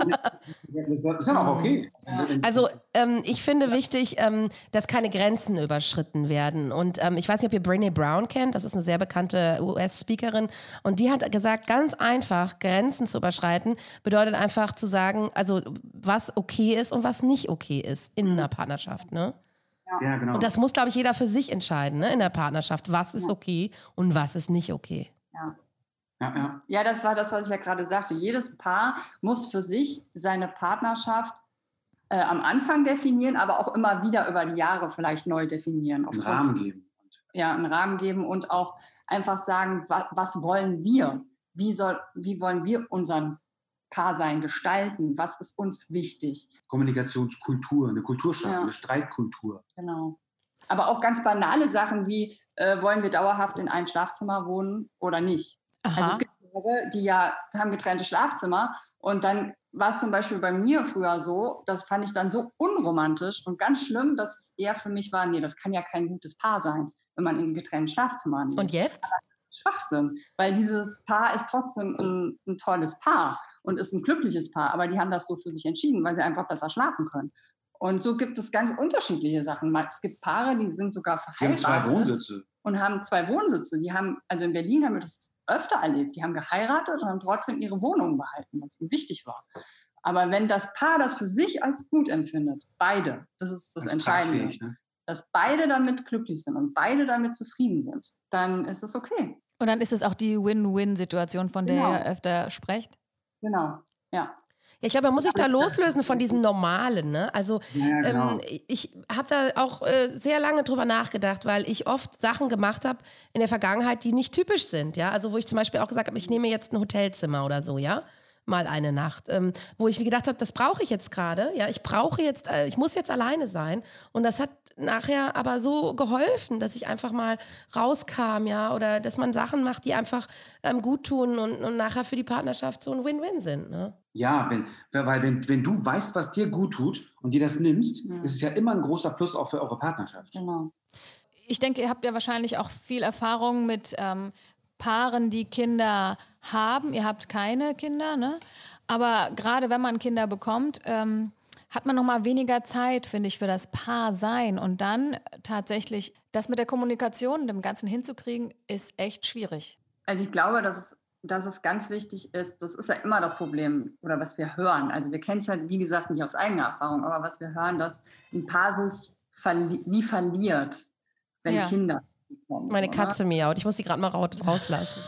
Das ist dann auch okay. Also ähm, ich finde wichtig, ähm, dass keine Grenzen überschritten werden. Und ähm, ich weiß nicht, ob ihr Brené Brown kennt, das ist eine sehr bekannte U S-Speakerin. Und die hat gesagt, ganz einfach, Grenzen zu überschreiten, bedeutet einfach zu sagen, also was okay ist und was nicht okay ist in einer Partnerschaft, ne? Ja, genau. Und das muss, glaube ich, jeder für sich entscheiden, ne, in der Partnerschaft. Was ist okay und was ist nicht okay. Ja. Ja, ja. Ja, das war das, was ich ja gerade sagte. Jedes Paar muss für sich seine Partnerschaft äh, am Anfang definieren, aber auch immer wieder über die Jahre vielleicht neu definieren. Einen Rahmen geben. Ja, einen Rahmen geben und auch einfach sagen, was, was wollen wir? Wie, soll, wie wollen wir unseren Paarsein gestalten? Was ist uns wichtig? Kommunikationskultur, eine Kultur schaffen, Ja. eine Streitkultur. Genau. Aber auch ganz banale Sachen wie, äh, wollen wir dauerhaft in einem Schlafzimmer wohnen oder nicht? Aha. Also es gibt Leute, die ja haben getrennte Schlafzimmer und dann war es zum Beispiel bei mir früher so, das fand ich dann so unromantisch und ganz schlimm, dass es eher für mich war, nee, das kann ja kein gutes Paar sein, wenn man in getrennten Schlafzimmern lebt. Und jetzt? Das ist Schwachsinn, weil dieses Paar ist trotzdem ein, ein tolles Paar und ist ein glückliches Paar, aber die haben das so für sich entschieden, weil sie einfach besser schlafen können. Und so gibt es ganz unterschiedliche Sachen. Es gibt Paare, die sind sogar Die haben verheiratet. zwei Wohnsitze. Und haben zwei Wohnsitze. Die haben, also in Berlin haben wir das öfter erlebt. Die haben geheiratet und haben trotzdem ihre Wohnung behalten, was ihnen wichtig war. Aber wenn das Paar das für sich als gut empfindet, beide, das ist das, Das ist Entscheidende, tragfähig, ne? dass beide damit glücklich sind und beide damit zufrieden sind, dann ist es okay. Und dann ist es auch die Win-Win-Situation, von der Genau. ihr öfter sprecht. Genau, ja. Ja, ich glaube, man muss sich da loslösen von diesem Normalen. Ne? Also Ja, genau. ähm, ich habe da auch äh, sehr lange drüber nachgedacht, weil ich oft Sachen gemacht habe in der Vergangenheit, die nicht typisch sind. Ja, also wo ich zum Beispiel auch gesagt habe, ich nehme jetzt ein Hotelzimmer oder so, ja, mal eine Nacht, ähm, wo ich wie gedacht habe, das brauche ich jetzt gerade. Ja, ich brauche jetzt, äh, ich muss jetzt alleine sein. Und das hat nachher aber so geholfen, dass ich einfach mal rauskam, ja, oder dass man Sachen macht, die einfach ähm, gut tun und, und nachher für die Partnerschaft so ein Win-Win sind. Ne? Ja, wenn, weil wenn, wenn du weißt, was dir gut tut und dir das nimmst, Ja. ist es ja immer ein großer Plus auch für eure Partnerschaft. Genau. Ich denke, ihr habt ja wahrscheinlich auch viel Erfahrung mit ähm, Paaren, die Kinder haben. Ihr habt keine Kinder, ne? Aber gerade wenn man Kinder bekommt, ähm, hat man noch mal weniger Zeit, finde ich, für das Paarsein. Und dann tatsächlich das mit der Kommunikation, dem Ganzen hinzukriegen, ist echt schwierig. Also ich glaube, dass es, dass es ganz wichtig ist, das ist ja immer das Problem, oder was wir hören. Also wir kennen es halt, wie gesagt, nicht aus eigener Erfahrung, aber was wir hören, dass ein Paar sich verli- wie verliert, wenn Ja. Kinder kommen. Meine so, ne? Katze miaut. Ich muss die gerade mal raus- rauslassen.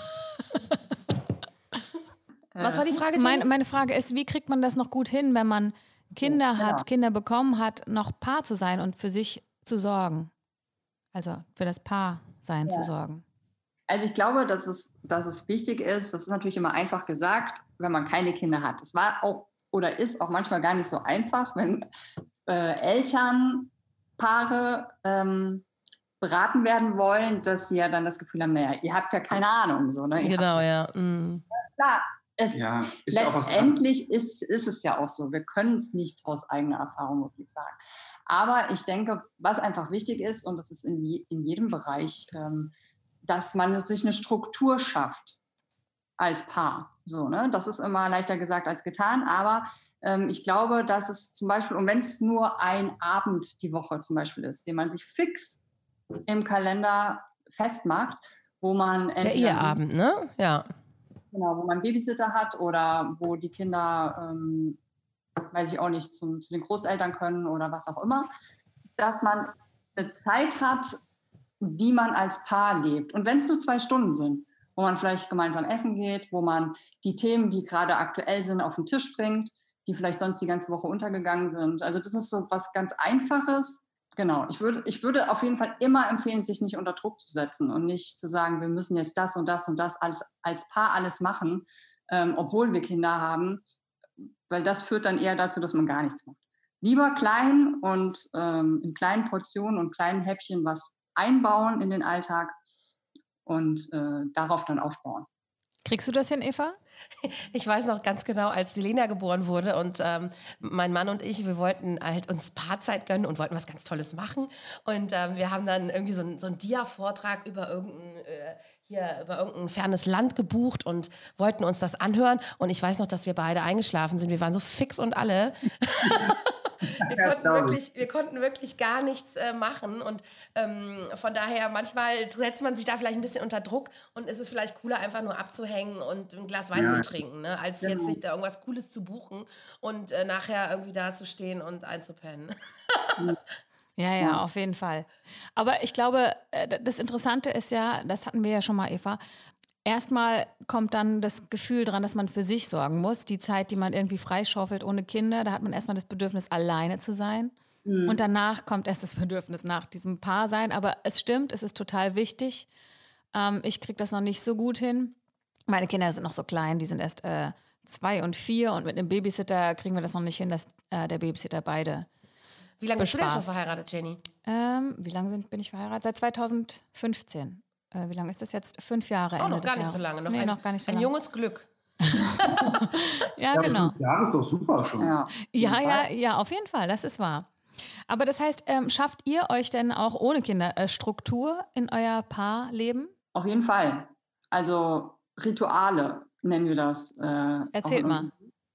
Was war die Frage? Jenny? Meine, meine Frage ist, wie kriegt man das noch gut hin, wenn man Kinder Ja, hat, genau. Kinder bekommen hat, noch Paar zu sein und für sich zu sorgen? Also für das Paarsein Ja. zu sorgen. Also ich glaube, dass es, dass es wichtig ist, das ist natürlich immer einfach gesagt, wenn man keine Kinder hat. Es war auch oder ist auch manchmal gar nicht so einfach, wenn äh, Elternpaare ähm, beraten werden wollen, dass sie ja dann das Gefühl haben, naja, ihr habt ja keine Ahnung. So, ne? Ihr Genau, habt, ja. Mm. klar, es, Ja, ist ja auch was dran. letztendlich ist, ist es ja auch so. Wir können es nicht aus eigener Erfahrung wirklich sagen. Aber ich denke, was einfach wichtig ist, und das ist in, je, in jedem Bereich, ähm, dass man sich eine Struktur schafft als Paar. So, ne? Das ist immer leichter gesagt als getan. Aber ähm, ich glaube, dass es zum Beispiel, und wenn es nur ein Abend die Woche zum Beispiel ist, den man sich fix im Kalender festmacht, wo man Der entweder Eheabend, ne? Ja. Genau, wo man einen Babysitter hat oder wo die Kinder, ähm, weiß ich auch nicht, zum, zu den Großeltern können oder was auch immer, dass man eine Zeit hat, die man als Paar lebt. Und wenn es nur zwei Stunden sind, wo man vielleicht gemeinsam essen geht, wo man die Themen, die gerade aktuell sind, auf den Tisch bringt, die vielleicht sonst die ganze Woche untergegangen sind. Also das ist so was ganz Einfaches. Genau, ich würde, ich würde auf jeden Fall immer empfehlen, sich nicht unter Druck zu setzen und nicht zu sagen, wir müssen jetzt das und das und das alles, als Paar alles machen, ähm, obwohl wir Kinder haben, weil das führt dann eher dazu, dass man gar nichts macht. Lieber klein und ähm, in kleinen Portionen und kleinen Häppchen was einbauen in den Alltag und äh, darauf dann aufbauen. Kriegst du das hin, Eva? Ich weiß noch ganz genau, als Selena geboren wurde und ähm, mein Mann und ich, wir wollten halt uns Paarzeit gönnen und wollten was ganz Tolles machen. Und ähm, wir haben dann irgendwie so, ein, so einen Dia-Vortrag über irgendein, äh, hier, über irgendein fernes Land gebucht und wollten uns das anhören. Und ich weiß noch, dass wir beide eingeschlafen sind. Wir waren so fix und alle. Wir konnten, wirklich, wir konnten wirklich gar nichts äh, machen und ähm, von daher manchmal setzt man sich da vielleicht ein bisschen unter Druck und es ist vielleicht cooler, einfach nur abzuhängen und ein Glas Wein ja. zu trinken, ne? als genau. jetzt sich da irgendwas Cooles zu buchen und äh, nachher irgendwie da zu stehen und einzupennen. Ja, ja, auf jeden Fall. Aber ich glaube, das Interessante ist ja, das hatten wir ja schon mal, Eva, erstmal kommt dann das Gefühl dran, dass man für sich sorgen muss. Die Zeit, die man irgendwie freischaufelt ohne Kinder, da hat man erstmal das Bedürfnis, alleine zu sein. Mhm. Und danach kommt erst das Bedürfnis nach diesem Paarsein. Aber es stimmt, es ist total wichtig. Ähm, ich kriege das noch nicht so gut hin. Meine Kinder sind noch so klein, die sind erst äh, zwei und vier. Und mit einem Babysitter kriegen wir das noch nicht hin, dass äh, der Babysitter beide Wie lange bist du denn schon verheiratet, Jenny? Ähm, wie lange sind, bin ich verheiratet? Seit zweitausendfünfzehn. Äh, wie lange ist das jetzt? Fünf Jahre. Oh, noch gar nicht so lange. Noch, nee, ein, noch gar nicht so ein lange. junges Glück. ja, ja, genau. Fünf Jahre ist doch super schon. Ja, ja, ja, ja, auf jeden Fall. Das ist wahr. Aber das heißt, ähm, schafft ihr euch denn auch ohne Kinder äh, Struktur in euer Paarleben? Auf jeden Fall. Also Rituale nennen wir das. Äh, Erzählt mal.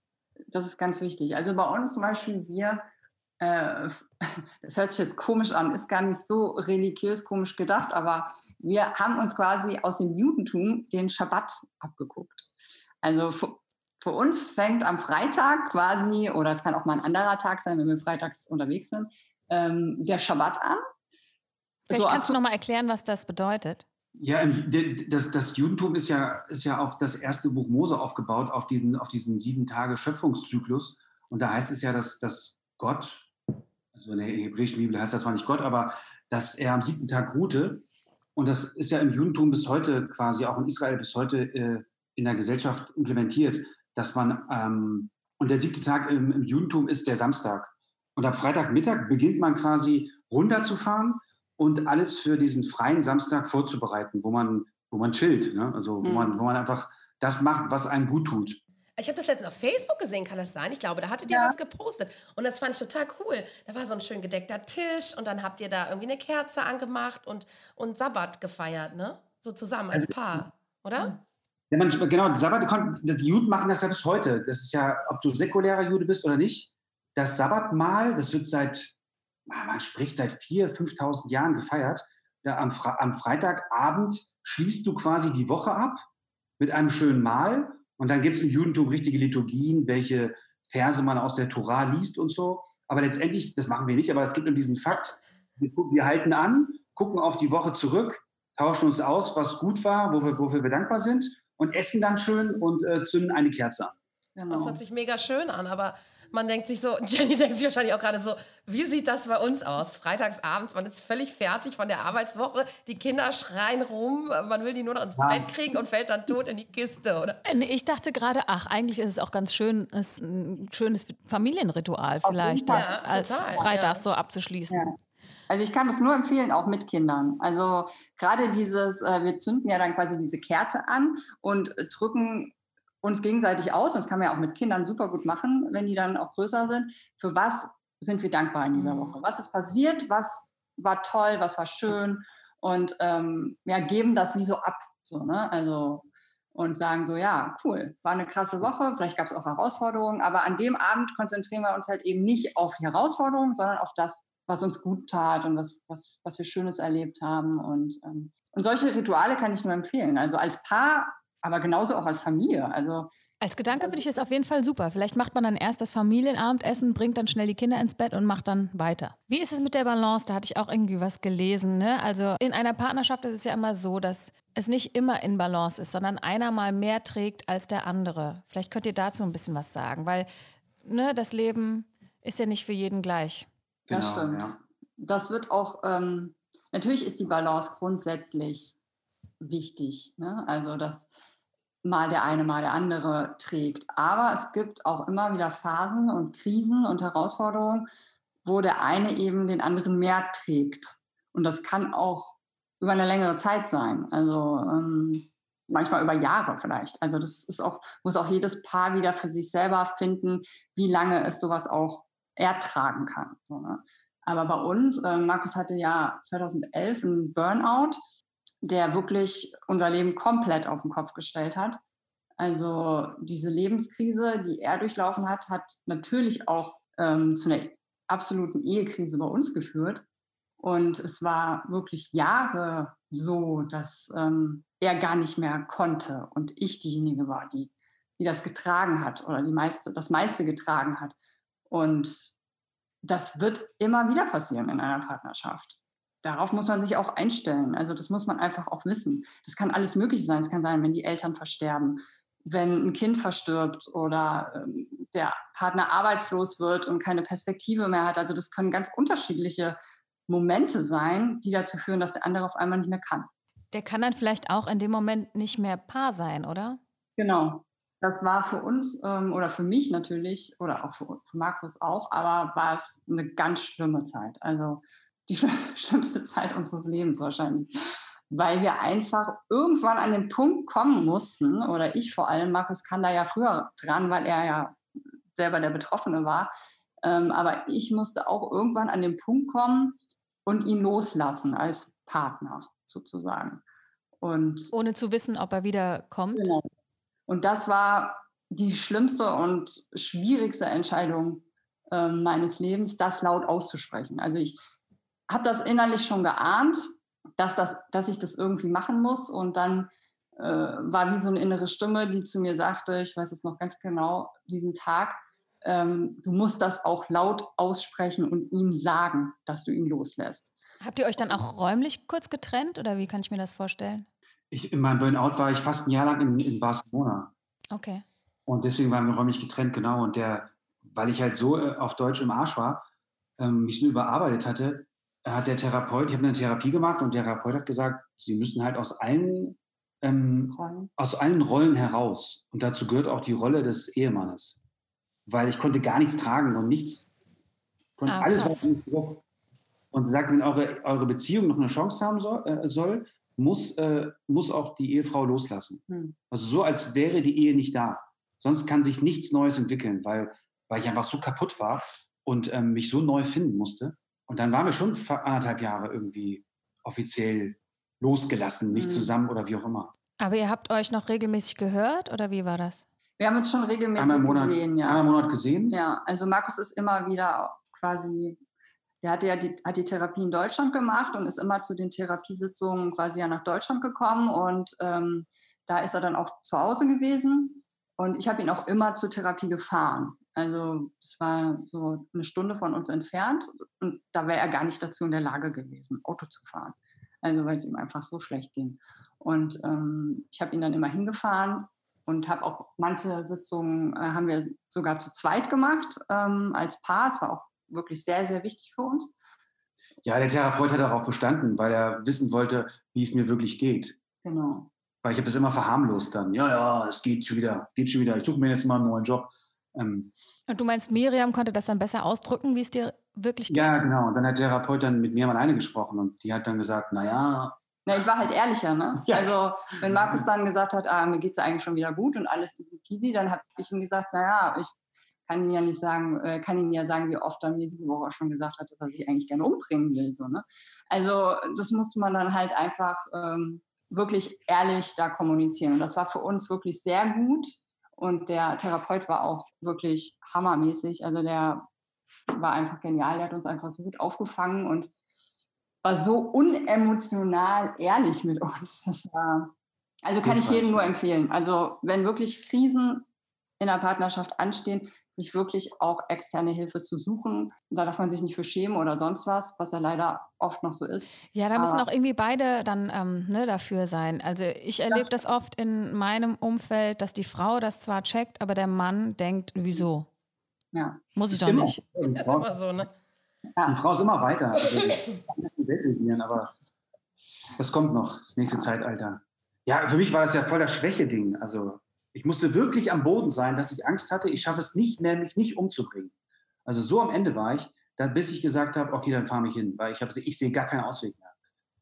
Das ist ganz wichtig. Also bei uns zum Beispiel, wir Äh, das hört sich jetzt komisch an, ist gar nicht so religiös komisch gedacht, aber wir haben uns quasi aus dem Judentum den Schabbat abgeguckt. Also für, für uns fängt am Freitag quasi, oder es kann auch mal ein anderer Tag sein, wenn wir freitags unterwegs sind, ähm, der Schabbat an. Vielleicht so kannst du noch mal erklären, was das bedeutet. Ja, das, das Judentum ist ja, ist ja auf das erste Buch Mose aufgebaut, auf diesen, auf diesen sieben Tage Schöpfungszyklus. Und da heißt es ja, dass, dass Gott, also in der hebräischen Bibel heißt das zwar nicht Gott, aber dass er am siebten Tag ruhte. Und das ist ja im Judentum bis heute quasi, auch in Israel bis heute äh, in der Gesellschaft implementiert, dass man, ähm, und der siebte Tag im, im Judentum ist der Samstag. Und ab Freitagmittag beginnt man quasi runterzufahren und alles für diesen freien Samstag vorzubereiten, wo man, wo man chillt, ne? Also wo, mhm. man, wo man einfach das macht, was einem gut tut. Ich habe das letztens auf Facebook gesehen, kann das sein? Ich glaube, da hattet ihr ja was gepostet. Und das fand ich total cool. Da war so ein schön gedeckter Tisch und dann habt ihr da irgendwie eine Kerze angemacht und, und Sabbat gefeiert, ne? So zusammen als Paar, oder? Ja, man, genau, Sabbat, die Juden machen das ja bis heute. Das ist ja, ob du säkulärer Jude bist oder nicht, das Sabbatmahl, das wird seit, man spricht seit viertausend, fünftausend Jahren gefeiert. Da am, am Freitagabend schließt du quasi die Woche ab mit einem schönen Mahl. Und dann gibt es im Judentum richtige Liturgien, welche Verse man aus der Tora liest und so. Aber letztendlich, das machen wir nicht, aber es gibt eben diesen Fakt, wir, wir halten an, gucken auf die Woche zurück, tauschen uns aus, was gut war, wofür, wofür wir dankbar sind und essen dann schön und äh, zünden eine Kerze an. Genau. Das hört sich mega schön an, aber man denkt sich so, Jenny denkt sich wahrscheinlich auch gerade so, wie sieht das bei uns aus? Freitagsabends, man ist völlig fertig von der Arbeitswoche, die Kinder schreien rum, man will die nur noch ins ja. Bett kriegen und fällt dann tot in die Kiste, oder? Ich dachte gerade, ach, eigentlich ist es auch ganz schön, ist ein schönes Familienritual vielleicht, das ja, als total, Freitags ja. so abzuschließen. Ja. Also ich kann das nur empfehlen, auch mit Kindern. Also gerade dieses, äh, wir zünden ja dann quasi diese Kerze an und äh, drücken uns gegenseitig aus, das kann man ja auch mit Kindern super gut machen, wenn die dann auch größer sind. Für was sind wir dankbar in dieser Woche? Was ist passiert? Was war toll? Was war schön? Und ähm, ja, geben das wie so ab. So, ne? Also, und sagen so, ja, cool, war eine krasse Woche, vielleicht gab es auch Herausforderungen, aber an dem Abend konzentrieren wir uns halt eben nicht auf die Herausforderungen, sondern auf das, was uns gut tat und was, was, was wir Schönes erlebt haben. Und, ähm, und solche Rituale kann ich nur empfehlen. Also als Paar, aber genauso auch als Familie. Also als Gedanke finde ich das auf jeden Fall super. Vielleicht macht man dann erst das Familienabendessen, bringt dann schnell die Kinder ins Bett und macht dann weiter. Wie ist es mit der Balance? Da hatte ich auch irgendwie was gelesen. Ne? Also in einer Partnerschaft ist es ja immer so, dass es nicht immer in Balance ist, sondern einer mal mehr trägt als der andere. Vielleicht könnt ihr dazu ein bisschen was sagen, weil ne, das Leben ist ja nicht für jeden gleich. Das Genau, stimmt. ja. Das wird auch, ähm, natürlich ist die Balance grundsätzlich wichtig. Ne? Also, dass mal der eine, mal der andere trägt. Aber es gibt auch immer wieder Phasen und Krisen und Herausforderungen, wo der eine eben den anderen mehr trägt. Und das kann auch über eine längere Zeit sein. Also ähm, manchmal über Jahre vielleicht. Also das ist auch, muss auch jedes Paar wieder für sich selber finden, wie lange es sowas auch ertragen kann. So, ne? Aber bei uns, äh, Markus hatte ja zweitausendelf einen Burnout, der wirklich unser Leben komplett auf den Kopf gestellt hat. Also diese Lebenskrise, die er durchlaufen hat, hat natürlich auch ähm, zu einer absoluten Ehekrise bei uns geführt. Und es war wirklich Jahre so, dass ähm, er gar nicht mehr konnte und ich diejenige war, die, die das getragen hat oder die meiste, das meiste getragen hat. Und das wird immer wieder passieren in einer Partnerschaft. Darauf muss man sich auch einstellen. Also das muss man einfach auch wissen. Das kann alles Mögliche sein. Es kann sein, wenn die Eltern versterben, wenn ein Kind verstirbt oder ähm, der Partner arbeitslos wird und keine Perspektive mehr hat. Also das können ganz unterschiedliche Momente sein, die dazu führen, dass der andere auf einmal nicht mehr kann. Der kann dann vielleicht auch in dem Moment nicht mehr Paar sein, oder? Genau. Das war für uns ähm, oder für mich natürlich oder auch für, für Markus auch, aber war es eine ganz schlimme Zeit. Also die schl- schlimmste Zeit unseres Lebens wahrscheinlich. Weil wir einfach irgendwann an den Punkt kommen mussten, oder ich vor allem, Markus kann da ja früher dran, weil er ja selber der Betroffene war, ähm, aber ich musste auch irgendwann an den Punkt kommen und ihn loslassen als Partner sozusagen. Und Ohne zu wissen, ob er wieder kommt? genau. Und das war die schlimmste und schwierigste Entscheidung äh, meines Lebens, das laut auszusprechen. Also ich habe das innerlich schon geahnt, dass, das, dass ich das irgendwie machen muss. Und dann äh, war wie so eine innere Stimme, die zu mir sagte, ich weiß es noch ganz genau, diesen Tag, ähm, du musst das auch laut aussprechen und ihm sagen, dass du ihn loslässt. Habt ihr euch dann auch räumlich kurz getrennt oder wie kann ich mir das vorstellen? Ich, in meinem Burnout war ich fast ein Jahr lang in, in Barcelona. Okay. Und deswegen waren wir räumlich getrennt, genau. Und der, weil ich halt so äh, auf Deutsch im Arsch war, ähm, mich so überarbeitet hatte, hat der Therapeut, ich habe eine Therapie gemacht und der Therapeut hat gesagt, Sie müssen halt aus allen, ähm, Rollen. aus allen Rollen heraus. Und dazu gehört auch die Rolle des Ehemannes. Weil ich konnte gar nichts tragen und nichts, konnte Ah, alles krass. was ins Druck. Und sie sagt, wenn eure, eure Beziehung noch eine Chance haben soll, äh, soll muss, äh, muss auch die Ehefrau loslassen. Hm. Also so, als wäre die Ehe nicht da. Sonst kann sich nichts Neues entwickeln, weil, weil ich einfach so kaputt war und ähm, mich so neu finden musste. Und dann waren wir schon für anderthalb Jahre irgendwie offiziell losgelassen, nicht Hm. zusammen oder wie auch immer. Aber ihr habt euch noch regelmäßig gehört oder wie war das? Wir haben uns schon regelmäßig Einmal im Monat, gesehen, ja. einmal im Monat gesehen. Ja, also Markus ist immer wieder quasi, der hat ja die, hat die Therapie in Deutschland gemacht und ist immer zu den Therapiesitzungen quasi ja nach Deutschland gekommen und ähm, da ist er dann auch zu Hause gewesen und ich habe ihn auch immer zur Therapie gefahren. Also es war so eine Stunde von uns entfernt und da wäre er gar nicht dazu in der Lage gewesen, Auto zu fahren. Also weil es ihm einfach so schlecht ging. Und ähm, ich habe ihn dann immer hingefahren und habe auch manche Sitzungen, äh, haben wir sogar zu zweit gemacht ähm, als Paar. Es war auch wirklich sehr, sehr wichtig für uns. Ja, der Therapeut hat darauf bestanden, weil er wissen wollte, wie es mir wirklich geht. Genau. Weil ich habe es immer verharmlost dann. Ja, ja, es geht schon wieder, geht schon wieder. Ich suche mir jetzt mal einen neuen Job. Ähm, Und du meinst, Miriam konnte das dann besser ausdrücken, wie es dir wirklich geht? ja, genau. Und dann hat der Therapeut dann mit mir mal alleine gesprochen und die hat dann gesagt, naja. Ja, ich war halt ehrlicher, ne? Ja. Also wenn Markus dann gesagt hat, ah, mir geht es ja eigentlich schon wieder gut und alles easy peasy, dann habe ich ihm gesagt, naja, ich kann Ihnen ja nicht sagen, äh, kann Ihnen ja sagen, wie oft er mir diese Woche schon gesagt hat, dass er sich eigentlich gerne umbringen will. So, ne? Also das musste man dann halt einfach ähm, wirklich ehrlich da kommunizieren. Und das war für uns wirklich sehr gut. Und der Therapeut war auch wirklich hammermäßig. Also der war einfach genial. Der hat uns einfach so gut aufgefangen und war so unemotional ehrlich mit uns. Das war, also kann ich jedem nur empfehlen. Also wenn wirklich Krisen in der Partnerschaft anstehen, sich wirklich auch externe Hilfe zu suchen. Da darf man sich nicht für schämen oder sonst was, was ja leider oft noch so ist. Ja, da müssen Aber auch irgendwie beide dann ähm, ne, dafür sein. Also ich erlebe das, das oft in meinem Umfeld, dass die Frau das zwar checkt, aber der Mann denkt, wieso? Ja. Muss ich doch immer. nicht. Die Ja, Frau, immer so, ne? die Frau ist immer weiter. Also die kann die Welt regieren, aber das kommt noch, das nächste Zeitalter. Ja, für mich war das ja voll das Schwäche-Ding. Also ich musste wirklich am Boden sein, dass ich Angst hatte, ich schaffe es nicht mehr, mich nicht umzubringen. Also so am Ende war ich, da, bis ich gesagt habe, okay, dann fahre ich hin, weil ich, hab, ich sehe gar keinen Ausweg mehr.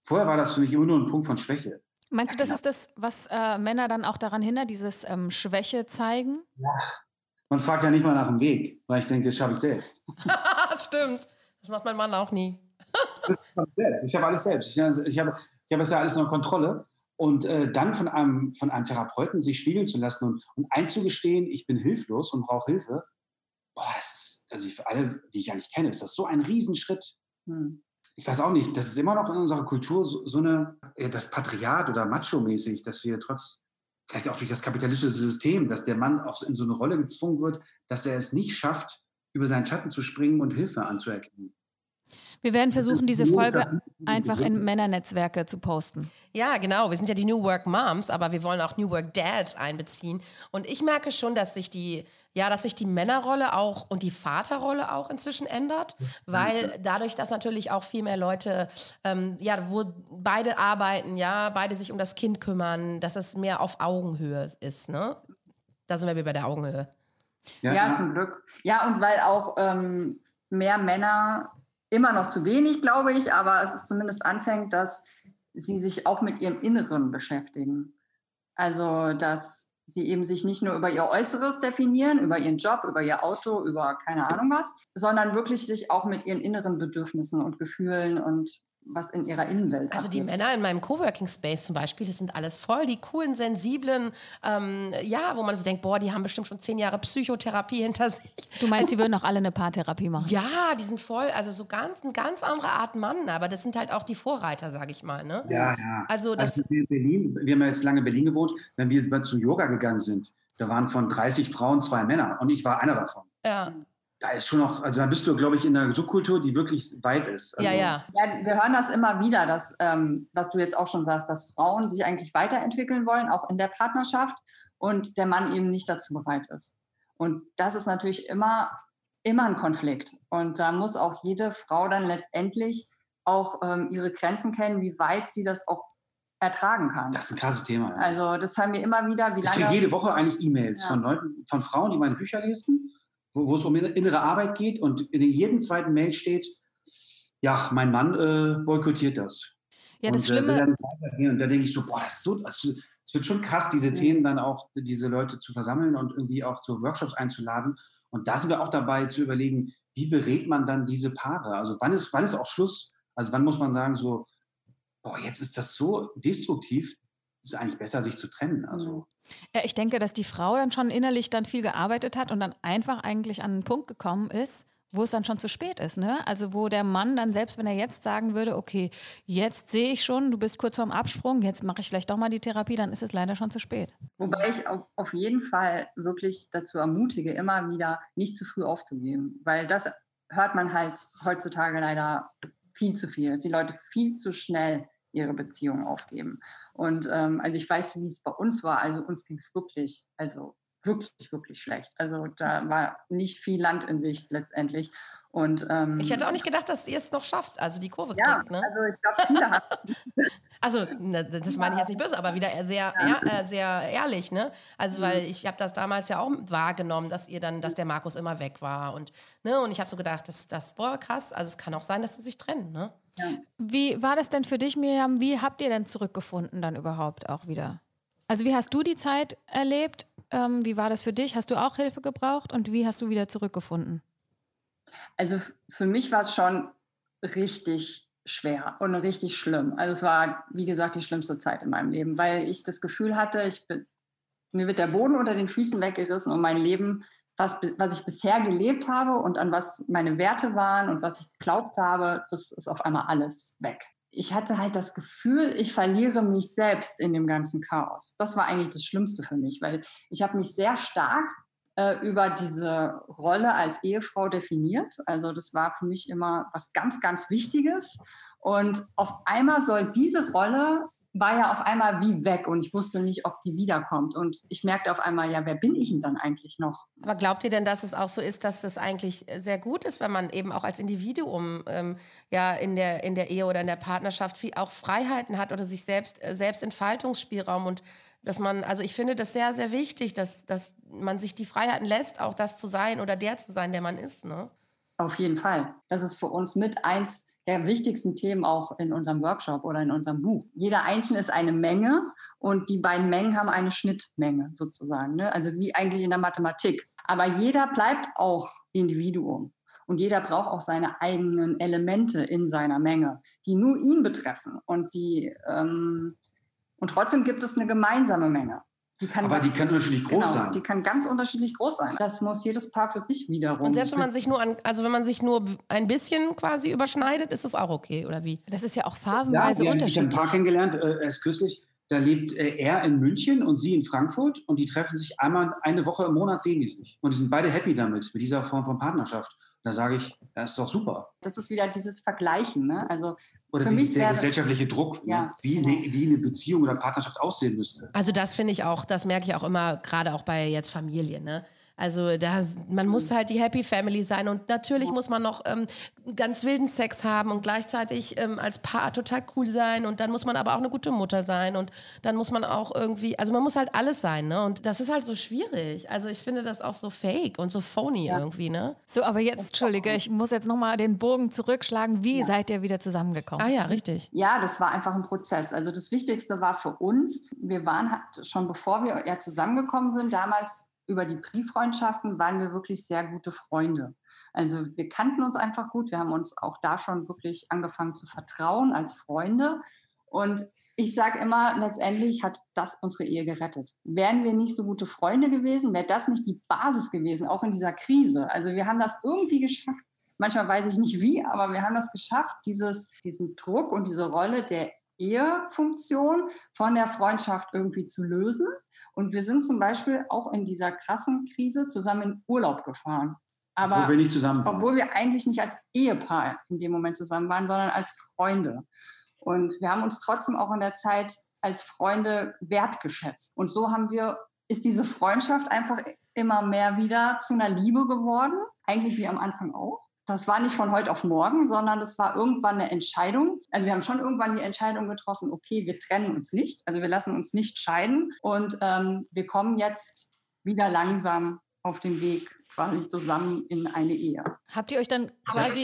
Vorher war das für mich immer nur ein Punkt von Schwäche. Meinst du, das ist das, was äh, Männer dann auch daran hindert, dieses ähm, Schwäche zeigen? Ja. Man fragt ja nicht mal nach dem Weg, weil ich denke, das schaffe ich selbst. Stimmt. Das macht mein Mann auch nie. Das schaffe ich selbst. Ich habe alles selbst. Ich, ich habe ich habe das ja alles noch in Kontrolle. Und äh, dann von einem, von einem Therapeuten sich spiegeln zu lassen und, und einzugestehen, ich bin hilflos und brauche Hilfe, boah, das ist, also für alle, die ich eigentlich kenne, ist das so ein Riesenschritt. Hm. Ich weiß auch nicht, das ist immer noch in unserer Kultur so, so eine, das Patriarchat oder Macho-mäßig, dass wir trotz, vielleicht auch durch das kapitalistische System, dass der Mann auch in so eine Rolle gezwungen wird, dass er es nicht schafft, über seinen Schatten zu springen und Hilfe anzuerkennen. Wir werden versuchen, diese Folge einfach in Männernetzwerke zu posten. Ja, genau. Wir sind ja die New Work Moms, aber wir wollen auch New Work Dads einbeziehen. Und ich merke schon, dass sich die, ja, dass sich die Männerrolle auch und die Vaterrolle auch inzwischen ändert, weil dadurch, dass natürlich auch viel mehr Leute, ähm, ja, wo beide arbeiten, ja, beide sich um das Kind kümmern, dass es mehr auf Augenhöhe ist, ne? Da sind wir wieder bei der Augenhöhe. Ja, ja, zum Glück. Ja, und weil auch ähm, mehr Männer immer noch zu wenig, glaube ich, aber es ist zumindest anfängt, dass sie sich auch mit ihrem Inneren beschäftigen. Also, dass sie eben sich nicht nur über ihr Äußeres definieren, über ihren Job, über ihr Auto, über keine Ahnung was, sondern wirklich sich auch mit ihren inneren Bedürfnissen und Gefühlen und was in ihrer Innenwelt Also die abgeht. Männer in meinem Coworking Space zum Beispiel, das sind alles voll die coolen, sensiblen, ähm, ja, wo man so denkt, boah, die haben bestimmt schon zehn Jahre Psychotherapie hinter sich. Du meinst, die würden auch alle eine Paartherapie machen? Ja, die sind voll, also so ganz, eine ganz andere Art Mann, aber das sind halt auch die Vorreiter, sag ich mal, ne? Ja, ja. Also das, also wir, in Berlin, wir haben ja jetzt lange in Berlin gewohnt, wenn wir zum Yoga gegangen sind, da waren von dreißig Frauen zwei Männer und ich war einer davon. ja. Da ist schon noch, also da bist du, glaube ich, in einer Subkultur, die wirklich weit ist. Also, ja, ja. Ja, wir hören das immer wieder, dass, ähm, was du jetzt auch schon sagst, dass Frauen sich eigentlich weiterentwickeln wollen, auch in der Partnerschaft, und der Mann eben nicht dazu bereit ist. Und das ist natürlich immer, immer ein Konflikt. Und da muss auch jede Frau dann letztendlich auch ähm, ihre Grenzen kennen, wie weit sie das auch ertragen kann. Das ist ein krasses Thema. Ja. Also das hören wir immer wieder, wie ich lange... kriege jede Woche eigentlich E-Mails ja. von Leuten, von Frauen, die meine Bücher lesen, wo, wo es um innere Arbeit geht und in jedem zweiten Mail steht, ja, mein Mann äh, boykottiert das. Ja, das und, Schlimme... Äh, und da denke ich so, boah, das ist so... Das, es wird schon krass, diese mhm. Themen dann auch, diese Leute zu versammeln und irgendwie auch zu Workshops einzuladen. Und da sind wir auch dabei zu überlegen, wie berät man dann diese Paare? Also wann ist, wann ist auch Schluss? Also wann muss man sagen so, boah, jetzt ist das so destruktiv, es ist eigentlich besser, sich zu trennen. Also. Ja, ich denke, dass die Frau dann schon innerlich dann viel gearbeitet hat und dann einfach eigentlich an einen Punkt gekommen ist, wo es dann schon zu spät ist, ne? Also wo der Mann dann, selbst wenn er jetzt sagen würde, okay, jetzt sehe ich schon, du bist kurz vorm Absprung, jetzt mache ich vielleicht doch mal die Therapie, dann ist es leider schon zu spät. Wobei ich auf, auf jeden Fall wirklich dazu ermutige, immer wieder nicht zu früh aufzugeben, weil das hört man halt heutzutage leider viel zu viel, dass die Leute viel zu schnell ihre Beziehung aufgeben. Und ähm, also ich weiß, wie es bei uns war, also uns ging es wirklich, also wirklich, wirklich schlecht. Also da war nicht viel Land in Sicht letztendlich. Und, ähm, ich hätte auch nicht gedacht, dass ihr es noch schafft, also die Kurve ja, kriegt. Ne? Also ich glaube, viele haben... Also, ne, das meine ich jetzt nicht böse, aber wieder sehr, ja. ehr, äh, sehr ehrlich, ne? Also, weil ich habe das damals ja auch wahrgenommen, dass ihr dann, dass der Markus immer weg war und, ne? Und ich habe so gedacht, das, das, boah, krass, also es kann auch sein, dass sie sich trennen, ne? Ja. Wie war das denn für dich, Miriam? Wie habt ihr denn zurückgefunden dann überhaupt auch wieder? Also, wie hast du die Zeit erlebt? Ähm, wie war das für dich? Hast du auch Hilfe gebraucht und wie hast du wieder zurückgefunden? Also, f- für mich war es schon richtig schwer und richtig schlimm. Also es war, wie gesagt, die schlimmste Zeit in meinem Leben, weil ich das Gefühl hatte, ich bin, mir wird der Boden unter den Füßen weggerissen und mein Leben, was, was ich bisher gelebt habe und an was meine Werte waren und was ich geglaubt habe, das ist auf einmal alles weg. Ich hatte halt das Gefühl, ich verliere mich selbst in dem ganzen Chaos. Das war eigentlich das Schlimmste für mich, weil ich habe mich sehr stark äh, über diese Rolle als Ehefrau definiert. Also das war für mich immer was ganz, ganz Wichtiges. Und auf einmal soll diese Rolle, war ja auf einmal wie weg und ich wusste nicht, ob die wiederkommt. Und ich merkte auf einmal, ja, wer bin ich denn dann eigentlich noch? Aber glaubt ihr denn, dass es auch so ist, dass es eigentlich sehr gut ist, wenn man eben auch als Individuum ähm, ja in der, in der Ehe oder in der Partnerschaft viel auch Freiheiten hat oder sich selbst, äh, selbst Entfaltungsspielraum und dass man, also ich finde das sehr, sehr wichtig, dass, dass man sich die Freiheiten lässt, auch das zu sein oder der zu sein, der man ist, ne? Auf jeden Fall. Das ist für uns mit eins der wichtigsten Themen auch in unserem Workshop oder in unserem Buch. Jeder Einzelne ist eine Menge und die beiden Mengen haben eine Schnittmenge sozusagen, ne? Also wie eigentlich in der Mathematik. Aber jeder bleibt auch Individuum. Und jeder braucht auch seine eigenen Elemente in seiner Menge, die nur ihn betreffen. Und, die, ähm, und trotzdem gibt es eine gemeinsame Menge. Die kann aber die kann unterschiedlich groß genau, sein. Die kann ganz unterschiedlich groß sein. Das muss jedes Paar für sich wiederum. Und selbst wenn man sich nur an, also wenn man sich nur ein bisschen quasi überschneidet, ist das auch okay, oder wie? Das ist ja auch Ja, phasenweise ich habe unterschiedlich. ein Paar kennengelernt, äh, erst kürzlich. Da lebt äh, er in München und sie in Frankfurt und die treffen sich einmal eine Woche im Monat, sehen die sich. Und die sind beide happy damit, mit dieser Form von Partnerschaft. Da sage ich, das ist doch super. Das ist wieder dieses Vergleichen. Ne? Also Oder für die, mich der wäre, gesellschaftliche Druck, Ja, ne? wie, genau. eine, wie eine Beziehung oder Partnerschaft aussehen müsste. Also das finde ich auch, das merke ich auch immer, gerade auch bei jetzt Familien, ne? Also da, man muss halt die Happy Family sein und natürlich muss man noch ähm, ganz wilden Sex haben und gleichzeitig ähm, als Paar total cool sein und dann muss man aber auch eine gute Mutter sein und dann muss man auch irgendwie, also man muss halt alles sein, ne? Und das ist halt so schwierig. Also ich finde das auch so fake und so phony Ja. irgendwie, ne? So, aber jetzt, Entschuldige, ich muss jetzt nochmal den Bogen zurückschlagen. Wie Ja. seid ihr wieder zusammengekommen? Ah ja, richtig. Ja, das war einfach ein Prozess. Also das Wichtigste war für uns, wir waren halt schon bevor wir ja zusammengekommen sind, damals über die Brieffreundschaften waren wir wirklich sehr gute Freunde. Also wir kannten uns einfach gut. Wir haben uns auch da schon wirklich angefangen zu vertrauen als Freunde. Und ich sage immer, letztendlich hat das unsere Ehe gerettet. Wären wir nicht so gute Freunde gewesen, wäre das nicht die Basis gewesen, auch in dieser Krise. Also wir haben das irgendwie geschafft. Manchmal weiß ich nicht wie, aber wir haben das geschafft, dieses, diesen Druck und diese Rolle der Ehefunktion von der Freundschaft irgendwie zu lösen. Und wir sind zum Beispiel auch in dieser krassen Krise zusammen in Urlaub gefahren. Aber Obwohl wir nicht zusammen waren. obwohl wir eigentlich nicht als Ehepaar in dem Moment zusammen waren, sondern als Freunde. Und wir haben uns trotzdem auch in der Zeit als Freunde wertgeschätzt. Und so haben wir, ist diese Freundschaft einfach immer mehr wieder zu einer Liebe geworden. Eigentlich wie am Anfang auch. Das war nicht von heute auf morgen, sondern das war irgendwann eine Entscheidung. Also wir haben schon irgendwann die Entscheidung getroffen, okay, wir trennen uns nicht, also wir lassen uns nicht scheiden und ähm, wir kommen jetzt wieder langsam auf den Weg quasi zusammen in eine Ehe. Habt ihr euch dann quasi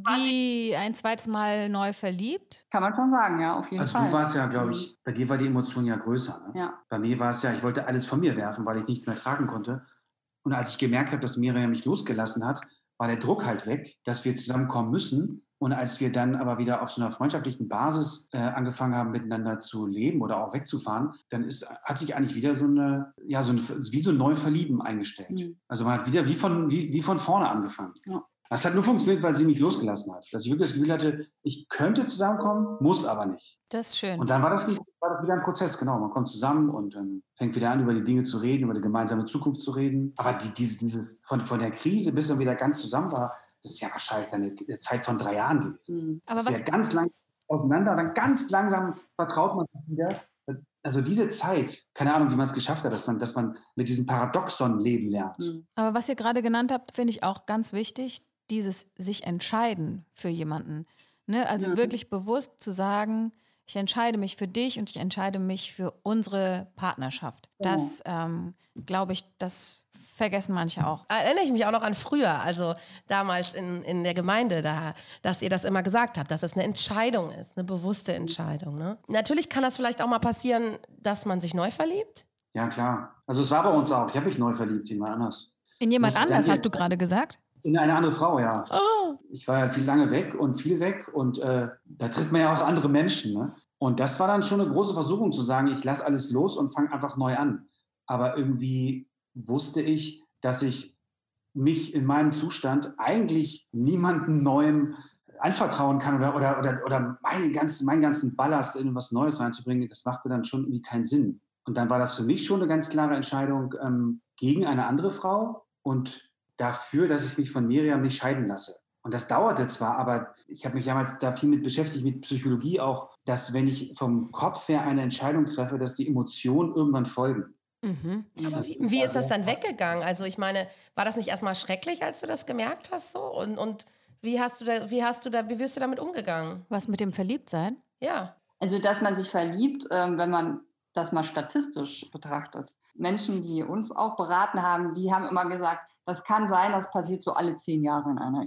wie ein zweites Mal neu verliebt? Kann man schon sagen, ja, auf jeden Also Fall. du warst ja, glaube ich, bei dir war die Emotion ja größer. Ne? Ja. Bei mir war es ja, ich wollte alles von mir werfen, weil ich nichts mehr tragen konnte. Und als ich gemerkt habe, dass Miriam mich losgelassen hat, war der Druck halt weg, dass wir zusammenkommen müssen. Und als wir dann aber wieder auf so einer freundschaftlichen Basis äh, angefangen haben, miteinander zu leben oder auch wegzufahren, dann ist, hat sich eigentlich wieder so eine, ja, so ein, wie so ein Neuverlieben eingestellt. Mhm. Also man hat wieder wie von, wie, wie von vorne angefangen. Ja. Das hat nur funktioniert, weil sie mich losgelassen hat. Dass ich wirklich das Gefühl hatte, ich könnte zusammenkommen, muss aber nicht. Das ist schön. Und dann war das, ein, war das wieder ein Prozess, genau. Man kommt zusammen und ähm, fängt wieder an, über die Dinge zu reden, über die gemeinsame Zukunft zu reden. Aber die, diese, dieses, von, von der Krise bis man wieder ganz zusammen war, das ist ja wahrscheinlich eine, eine Zeit von drei Jahren gewesen. Mhm. Aber das ist was, ja ganz lang auseinander, dann ganz langsam vertraut man sich wieder. Also diese Zeit, keine Ahnung, wie man es geschafft hat, dass man, dass man mit diesem Paradoxon leben lernt. Mhm. Aber was ihr gerade genannt habt, finde ich auch ganz wichtig, dieses sich entscheiden für jemanden. Ne? Also mhm. wirklich bewusst zu sagen, ich entscheide mich für dich und ich entscheide mich für unsere Partnerschaft. Das, ähm, glaube ich, das vergessen manche auch. Erinnere ich mich auch noch an früher, also damals in, in der Gemeinde, da, dass ihr das immer gesagt habt, dass es eine Entscheidung ist, eine bewusste Entscheidung. Ne? Natürlich kann das vielleicht auch mal passieren, dass man sich neu verliebt. Ja, klar. Also es war bei uns auch. Ich habe mich neu verliebt, jemand anders. In jemand Muss anders, dann hast du gerade gesagt? In eine andere Frau, ja. Oh. Ich war ja viel lange weg und viel weg und äh, da trifft man ja auch andere Menschen. Ne? Und das war dann schon eine große Versuchung zu sagen, ich lasse alles los und fange einfach neu an. Aber irgendwie wusste ich, dass ich mich in meinem Zustand eigentlich niemandem Neuem anvertrauen kann oder, oder, oder, oder meinen, ganzen, meinen ganzen Ballast in was Neues reinzubringen. Das machte dann schon irgendwie keinen Sinn. Und dann war das für mich schon eine ganz klare Entscheidung ähm, gegen eine andere Frau und dafür, dass ich mich von Miriam nicht scheiden lasse. Und das dauerte zwar, aber ich habe mich damals da viel mit beschäftigt, mit Psychologie auch, dass wenn ich vom Kopf her eine Entscheidung treffe, dass die Emotionen irgendwann folgen. Mhm. Aber wie, wie ist das dann weggegangen? Also ich meine, war das nicht erstmal schrecklich, als du das gemerkt hast? So? Und, und wie hast du da, wie hast du da, wie wirst du damit umgegangen? Was mit dem Verliebtsein? Ja. Also dass man sich verliebt, ähm, wenn man das mal statistisch betrachtet. Menschen, die uns auch beraten haben, die haben immer gesagt, das kann sein, das passiert so alle zehn Jahre in einer Ehe.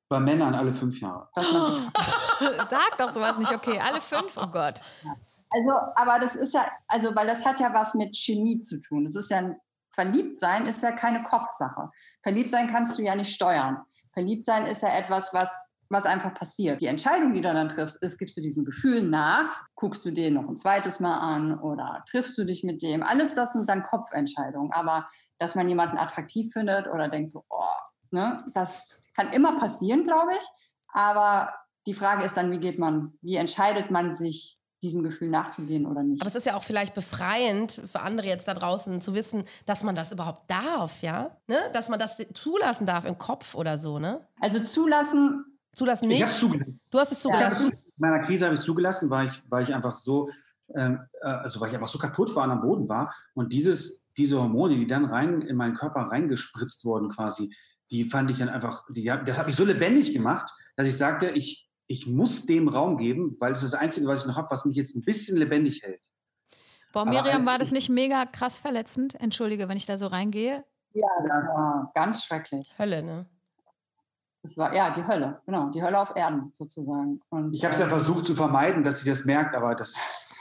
Bei Männern alle fünf Jahre. Dass man sich Sag doch sowas nicht, okay, alle fünf, oh Gott. Also, aber das ist ja, also, weil das hat ja was mit Chemie zu tun. Das ist ja, ein, Verliebtsein ist ja keine Kopfsache. Verliebtsein kannst du ja nicht steuern. Verliebtsein ist ja etwas, was, was einfach passiert. Die Entscheidung, die du dann triffst, ist, gibst du diesem Gefühl nach, guckst du den noch ein zweites Mal an oder triffst du dich mit dem. Alles das sind dann Kopfentscheidungen. Aber dass man jemanden attraktiv findet oder denkt so, oh, ne, das kann immer passieren, glaube ich. Aber die Frage ist dann, wie geht man, wie entscheidet man sich, diesem Gefühl nachzugehen oder nicht. Aber es ist ja auch vielleicht befreiend für andere jetzt da draußen zu wissen, dass man das überhaupt darf, ja? Ne? Dass man das zulassen darf im Kopf oder so, ne? Also zulassen... Zulassen nicht? Ich habe es zugelassen. Du hast es zugelassen? Ja, In meiner Krise habe ich es zugelassen, weil ich, weil ich einfach so, ähm, also weil ich einfach so kaputt war und am Boden war. Und dieses, diese Hormone, die dann rein in meinen Körper reingespritzt wurden quasi, die fand ich dann einfach, die, das hat mich so lebendig gemacht, dass ich sagte, ich Ich muss dem Raum geben, weil es ist das Einzige, was ich noch habe, was mich jetzt ein bisschen lebendig hält. Boah, Aber Miriam, als war das ich- nicht mega krass verletzend? Entschuldige, wenn ich da so reingehe. Ja, das war ganz schrecklich. Hölle, ne? Das war, ja, die Hölle, genau, die Hölle auf Erden sozusagen. Und, Ich habe es ja äh, versucht zu vermeiden, dass sie das merkt, aber das...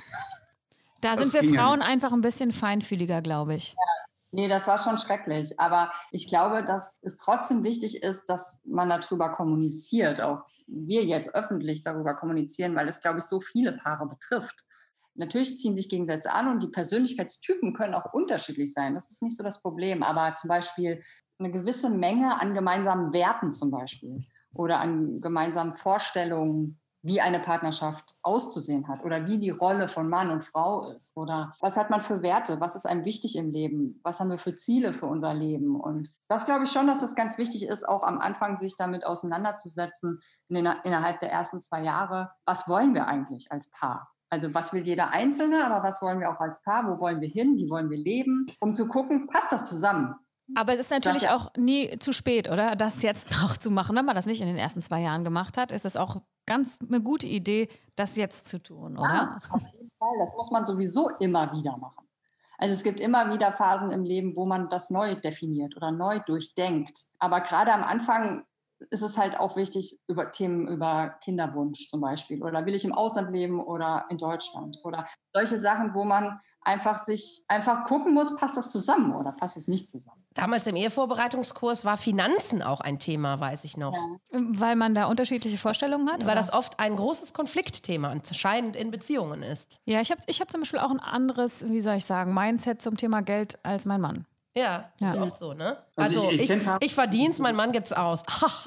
Da Das sind wir ging ja Frauen einfach ein bisschen feinfühliger, glaube ich. Nee, das war schon schrecklich. Aber ich glaube, dass es trotzdem wichtig ist, dass man darüber kommuniziert. Auch wir jetzt öffentlich darüber kommunizieren, weil es, glaube ich, so viele Paare betrifft. Natürlich ziehen sich Gegensätze an und die Persönlichkeitstypen können auch unterschiedlich sein. Das ist nicht so das Problem. Aber zum Beispiel eine gewisse Menge an gemeinsamen Werten zum Beispiel oder an gemeinsamen Vorstellungen, wie eine Partnerschaft auszusehen hat oder wie die Rolle von Mann und Frau ist oder was hat man für Werte, was ist einem wichtig im Leben, was haben wir für Ziele für unser Leben. Und das glaube ich schon, dass es ganz wichtig ist, auch am Anfang sich damit auseinanderzusetzen, in den, innerhalb der ersten zwei Jahre, was wollen wir eigentlich als Paar? Also was will jeder Einzelne, aber was wollen wir auch als Paar, wo wollen wir hin, wie wollen wir leben, um zu gucken, passt das zusammen? Aber es ist natürlich Sag ja. auch nie zu spät, oder? Das jetzt noch zu machen. Wenn man das nicht in den ersten zwei Jahren gemacht hat, ist es auch ganz eine gute Idee, das jetzt zu tun, oder? Ja, auf jeden Fall. Das muss man sowieso immer wieder machen. Also es gibt immer wieder Phasen im Leben, wo man das neu definiert oder neu durchdenkt. Aber gerade am Anfang ist es halt auch wichtig, über Themen über Kinderwunsch zum Beispiel oder will ich im Ausland leben oder in Deutschland oder solche Sachen, wo man einfach sich einfach gucken muss, passt das zusammen oder passt es nicht zusammen. Damals im Ehevorbereitungskurs war Finanzen auch ein Thema, weiß ich noch. Ja. Weil man da unterschiedliche Vorstellungen hat? Weil oder? das oft ein großes Konfliktthema anscheinend in Beziehungen ist. Ja, ich habe ich hab zum Beispiel auch ein anderes, wie soll ich sagen, Mindset zum Thema Geld als mein Mann. Ja, Ja. ist oft so, ne? Also Also ich- ich ich, kenn Paar- ich verdien's, mein Mann gibt's aus.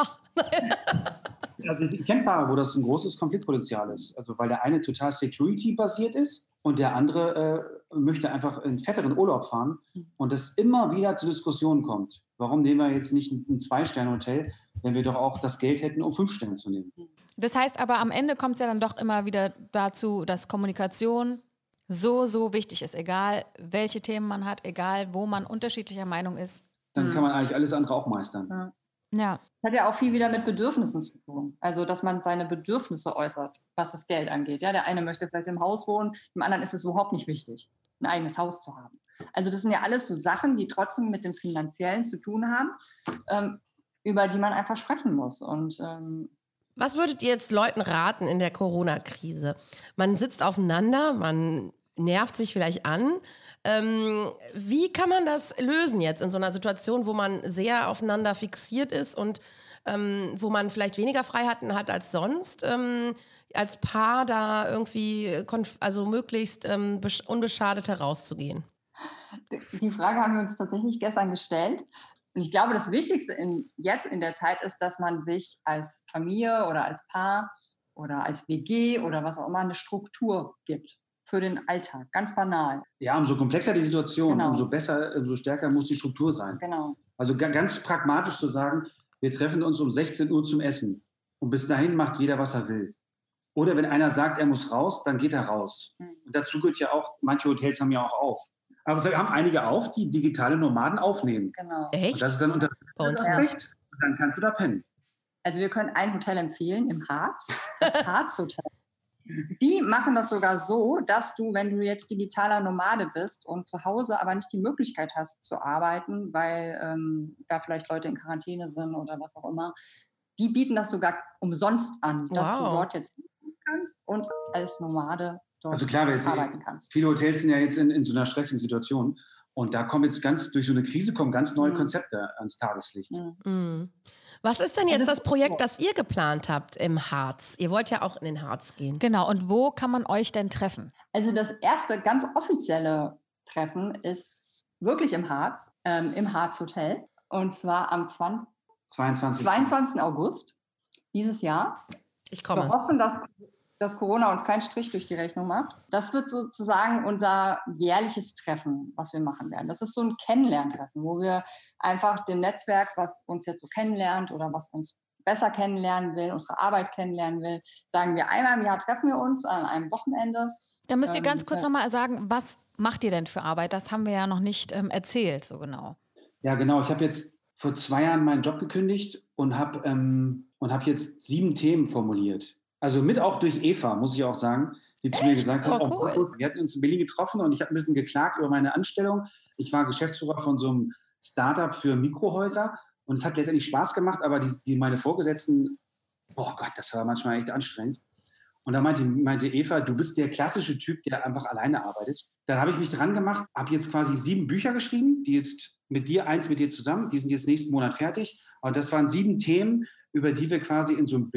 Also ich, ich kenne Paare, wo das ein großes Konfliktpotenzial ist. Also weil der eine total Security-basiert ist und der andere äh, möchte einfach einen fetteren Urlaub fahren und es immer wieder zu Diskussionen kommt. Warum nehmen wir jetzt nicht ein, ein Zwei-Sterne-Hotel, wenn wir doch auch das Geld hätten, um fünf Sterne zu nehmen? Das heißt aber, am Ende kommt es ja dann doch immer wieder dazu, dass Kommunikation so, so wichtig ist. Egal, welche Themen man hat, egal, wo man unterschiedlicher Meinung ist. Dann Hm. kann man eigentlich alles andere auch meistern. Ja. Ja. Das hat ja auch viel wieder mit Bedürfnissen zu tun. Also, dass man seine Bedürfnisse äußert, was das Geld angeht. Ja, der eine möchte vielleicht im Haus wohnen, dem anderen ist es überhaupt nicht wichtig, ein eigenes Haus zu haben. Also, das sind ja alles so Sachen, die trotzdem mit dem Finanziellen zu tun haben, ähm, über die man einfach sprechen muss. Und ähm, Was würdet ihr jetzt Leuten raten in der Corona-Krise? Man sitzt aufeinander, man nervt sich vielleicht an. Ähm, wie kann man das lösen jetzt in so einer Situation, wo man sehr aufeinander fixiert ist und ähm, wo man vielleicht weniger Freiheiten hat als sonst, ähm, als Paar da irgendwie konf- also möglichst ähm, besch- unbeschadet herauszugehen? die Frage haben wir uns tatsächlich gestern gestellt. Und ich glaube, das Wichtigste in, jetzt in der Zeit ist, dass man sich als Familie oder als Paar oder als W G oder was auch immer eine Struktur gibt für den Alltag. Ganz banal. Ja, umso komplexer die Situation, Genau. umso besser, umso stärker muss die Struktur sein. Genau. Also ga- ganz pragmatisch zu sagen, wir treffen uns um sechzehn Uhr zum Essen und bis dahin macht jeder, was er will. Oder wenn einer sagt, er muss raus, dann geht er raus. Mhm. Und dazu gehört ja auch, manche Hotels haben ja auch auf. Aber es haben einige auf, die digitale Nomaden aufnehmen. Genau. Und Echt? das ist dann unter Bei uns das nicht. Aspekt. Und dann kannst du da pennen. Also wir können ein Hotel empfehlen im Harz, das Harz Hotel. Die machen das sogar so, dass du, wenn du jetzt digitaler Nomade bist und zu Hause aber nicht die Möglichkeit hast zu arbeiten, weil ähm, da vielleicht Leute in Quarantäne sind oder was auch immer, die bieten das sogar umsonst an, dass Wow. du dort jetzt hin kannst und als Nomade dort Also klar, weil es, arbeiten kannst. viele Hotels sind ja jetzt in, in so einer stressigen Situation. Und da kommen jetzt ganz, durch so eine Krise kommen ganz neue Mhm. Konzepte ans Tageslicht. Mhm. Mhm. Was ist denn Ja, jetzt das das ist Projekt, so. das ihr geplant habt im Harz? Ihr wollt ja auch in den Harz gehen. Genau, und wo kann man euch denn treffen? Also das erste ganz offizielle Treffen ist wirklich im Harz, ähm, im Harz Hotel. Und zwar am zwanzigsten zweiundzwanzig zweiundzwanzigsten August dieses Jahr. Ich Wir komme. hoffen, dass, dass Corona uns keinen Strich durch die Rechnung macht. Das wird sozusagen unser jährliches Treffen, was wir machen werden. Das ist so ein Kennenlerntreffen, wo wir einfach dem Netzwerk, was uns jetzt so kennenlernt oder was uns besser kennenlernen will, unsere Arbeit kennenlernen will, sagen wir, einmal im Jahr treffen wir uns an einem Wochenende. Da müsst ihr ganz Ähm, kurz ja. nochmal sagen, was macht ihr denn für Arbeit? Das haben wir ja noch nicht ähm, erzählt, so genau. Ja, genau. Ich habe jetzt vor zwei Jahren meinen Job gekündigt und habe ähm, und hab jetzt sieben Themen formuliert. Also mit auch durch Eva, muss ich auch sagen, die zu mir gesagt hat, Oh, cool. wir hatten uns in Berlin getroffen und ich habe ein bisschen geklagt über meine Anstellung. Ich war Geschäftsführer von so einem Startup für Mikrohäuser und es hat letztendlich Spaß gemacht, aber die, die meine Vorgesetzten, oh Gott, das war manchmal echt anstrengend. Und da meinte, meinte Eva, du bist der klassische Typ, der einfach alleine arbeitet. Dann habe ich mich dran gemacht, habe jetzt quasi sieben Bücher geschrieben, die jetzt mit dir, eins mit dir zusammen, die sind jetzt nächsten Monat fertig. Und das waren sieben Themen, über die wir quasi in so einem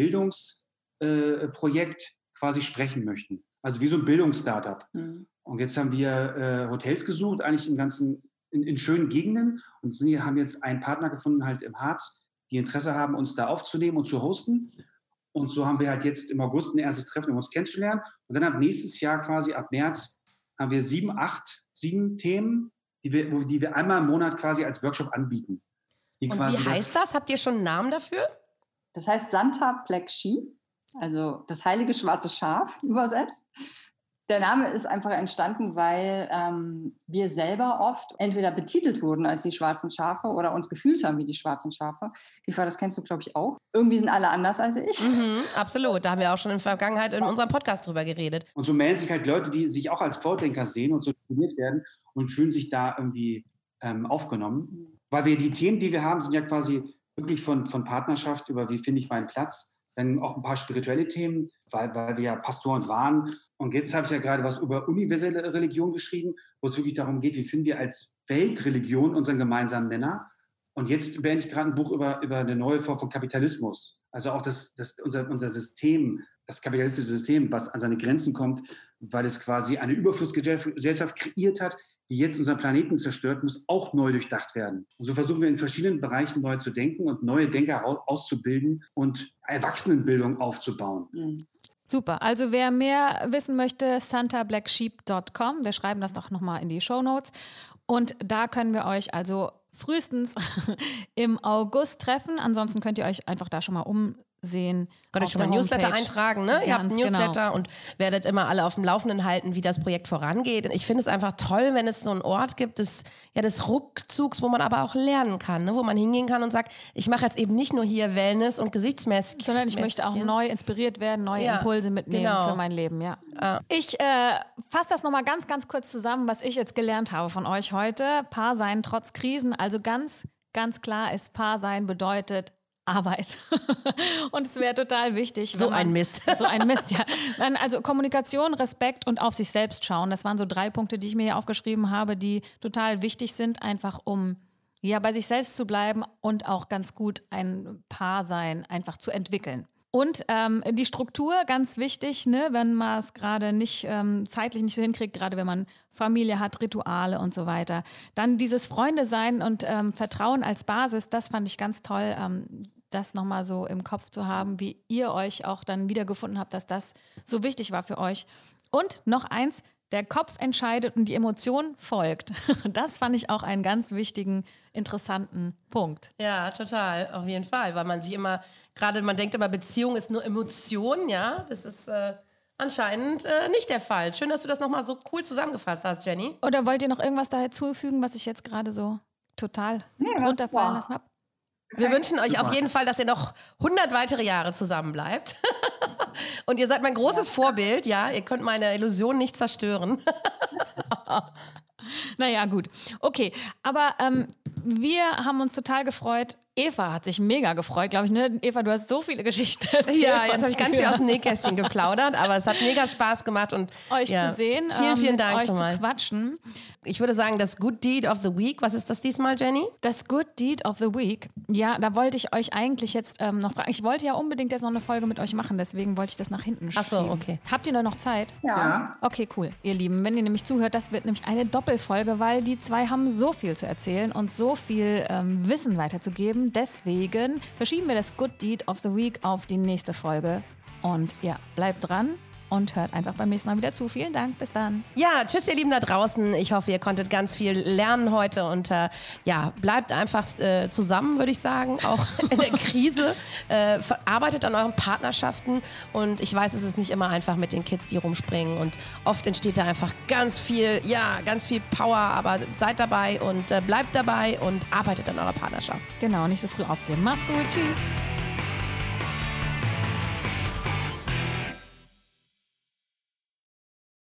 Bildungsprojekt äh, quasi sprechen möchten. Also wie so ein Bildungsstartup. Mhm. Und jetzt haben wir äh, Hotels gesucht, eigentlich im ganzen, in, in schönen Gegenden. Und sind, haben jetzt einen Partner gefunden, halt im Harz, die Interesse haben, uns da aufzunehmen und zu hosten. Und so haben wir halt jetzt im August ein erstes Treffen, um uns kennenzulernen. Und dann ab nächstes Jahr quasi, ab März, haben wir sieben, acht, sieben Themen, die wir, wo- die wir einmal im Monat quasi als Workshop anbieten. Die Und quasi wie heißt das? Habt ihr schon einen Namen dafür? Das heißt Santa Black Sheep, also das heilige schwarze Schaf übersetzt. Der Name ist einfach entstanden, weil ähm, wir selber oft entweder betitelt wurden als die schwarzen Schafe oder uns gefühlt haben wie die schwarzen Schafe. Eva, das kennst du, glaube ich, auch. Irgendwie sind alle anders als ich. Mhm, absolut. Da haben wir auch schon in der Vergangenheit in unserem Podcast drüber geredet. Und so melden sich halt Leute, die sich auch als Vordenker sehen und so trainiert werden und fühlen sich da irgendwie ähm, aufgenommen. Weil wir die Themen, die wir haben, sind ja quasi wirklich von, von Partnerschaft über wie finde ich meinen Platz. Dann auch ein paar spirituelle Themen, weil, weil wir ja Pastoren waren. Und jetzt habe ich ja gerade was über universelle Religion geschrieben, wo es wirklich darum geht, wie finden wir als Weltreligion unseren gemeinsamen Nenner. Und jetzt beende ich gerade ein Buch über, über eine neue Form von Kapitalismus. Also auch das, das, unser, unser System, das kapitalistische System, was an seine Grenzen kommt, weil es quasi eine Überflussgesellschaft kreiert hat, die jetzt unseren Planeten zerstört, muss auch neu durchdacht werden. Und so versuchen wir in verschiedenen Bereichen neu zu denken und neue Denker au- auszubilden und Erwachsenenbildung aufzubauen. Mhm. Super. Also wer mehr wissen möchte, santa black sheep dot com. Wir schreiben das doch nochmal in die Shownotes. Und da können wir euch also frühestens im August treffen. Ansonsten könnt ihr euch einfach da schon mal umsehen. Könnt ihr auf schon mal der Newsletter Homepage. eintragen, ne? Ihr habt einen Ganz genau. Newsletter und werdet immer alle auf dem Laufenden halten, wie das Projekt vorangeht. Ich finde es einfach toll, wenn es so einen Ort gibt, des, ja, des Rückzugs, wo man aber auch lernen kann, ne? Wo man hingehen kann und sagt, ich mache jetzt eben nicht nur hier Wellness und Gesichtsmasken. Sondern ich möchte auch neu inspiriert werden, neue Ja, Impulse mitnehmen genau. für mein Leben, ja. Ah. Ich äh, fasse das nochmal ganz, ganz kurz zusammen, was ich jetzt gelernt habe von euch heute. Paar sein trotz Krisen. Also ganz, ganz klar ist, Paar sein bedeutet Arbeit. Und es wäre total wichtig. So wenn man, ein Mist. So ein Mist, ja. Dann also Kommunikation, Respekt und auf sich selbst schauen. Das waren so drei Punkte, die ich mir hier aufgeschrieben habe, die total wichtig sind, einfach um ja, bei sich selbst zu bleiben und auch ganz gut ein Paar sein einfach zu entwickeln. Und ähm, die Struktur, ganz wichtig, ne, wenn man es gerade nicht ähm, zeitlich nicht so hinkriegt, gerade wenn man Familie hat, Rituale und so weiter. Dann dieses Freunde sein und ähm, Vertrauen als Basis, das fand ich ganz toll, ähm, das nochmal so im Kopf zu haben, wie ihr euch auch dann wiedergefunden habt, dass das so wichtig war für euch. Und noch eins, der Kopf entscheidet und die Emotion folgt. Das fand ich auch einen ganz wichtigen, interessanten Punkt. Ja, total, auf jeden Fall, weil man sich immer, gerade man denkt immer, Beziehung ist nur Emotion, ja, das ist äh, anscheinend äh, nicht der Fall. Schön, dass du das nochmal so cool zusammengefasst hast, Jenny. Oder wollt ihr noch irgendwas da hinzufügen, was ich jetzt gerade so total Nee, das runterfallen war- lassen habe? Wir wünschen euch Super. auf jeden Fall, dass ihr noch hundert weitere Jahre zusammen bleibt. Und ihr seid mein großes Vorbild, ja, ihr könnt meine Illusion nicht zerstören. Naja, gut. Okay, aber ähm, wir haben uns total gefreut, Eva hat sich mega gefreut, glaube ich. Ne? Eva, du hast so viele Geschichten erzählt. Ja, jetzt habe ich ganz viel aus dem Nähkästchen geplaudert, aber es hat mega Spaß gemacht und euch ja, zu sehen, vielen, vielen ähm, Dank euch schon mal. zu quatschen. Ich würde sagen, das Good Deed of the Week, was ist das diesmal, Jenny? Das Good Deed of the Week, ja, da wollte ich euch eigentlich jetzt ähm, noch fragen. Ich wollte ja unbedingt jetzt noch eine Folge mit euch machen, deswegen wollte ich das nach hinten schieben. Ach so, okay. Habt ihr nur noch Zeit? Ja. Ja. Okay, cool. Ihr Lieben, wenn ihr nämlich zuhört, das wird nämlich eine Doppelfolge, weil die zwei haben so viel zu erzählen und so viel ähm, Wissen weiterzugeben. Deswegen verschieben wir das Good Deed of the Week auf die nächste Folge. Und ja, bleibt dran und hört einfach beim nächsten Mal wieder zu. Vielen Dank, bis dann. Ja, tschüss ihr Lieben da draußen. Ich hoffe, ihr konntet ganz viel lernen heute und äh, ja, bleibt einfach äh, zusammen, würde ich sagen, auch in der Krise. Äh, arbeitet an euren Partnerschaften und ich weiß, es ist nicht immer einfach mit den Kids, die rumspringen und oft entsteht da einfach ganz viel, ja, ganz viel Power, aber seid dabei und äh, bleibt dabei und arbeitet an eurer Partnerschaft. Genau, nicht so früh aufgeben. Mach's gut, tschüss.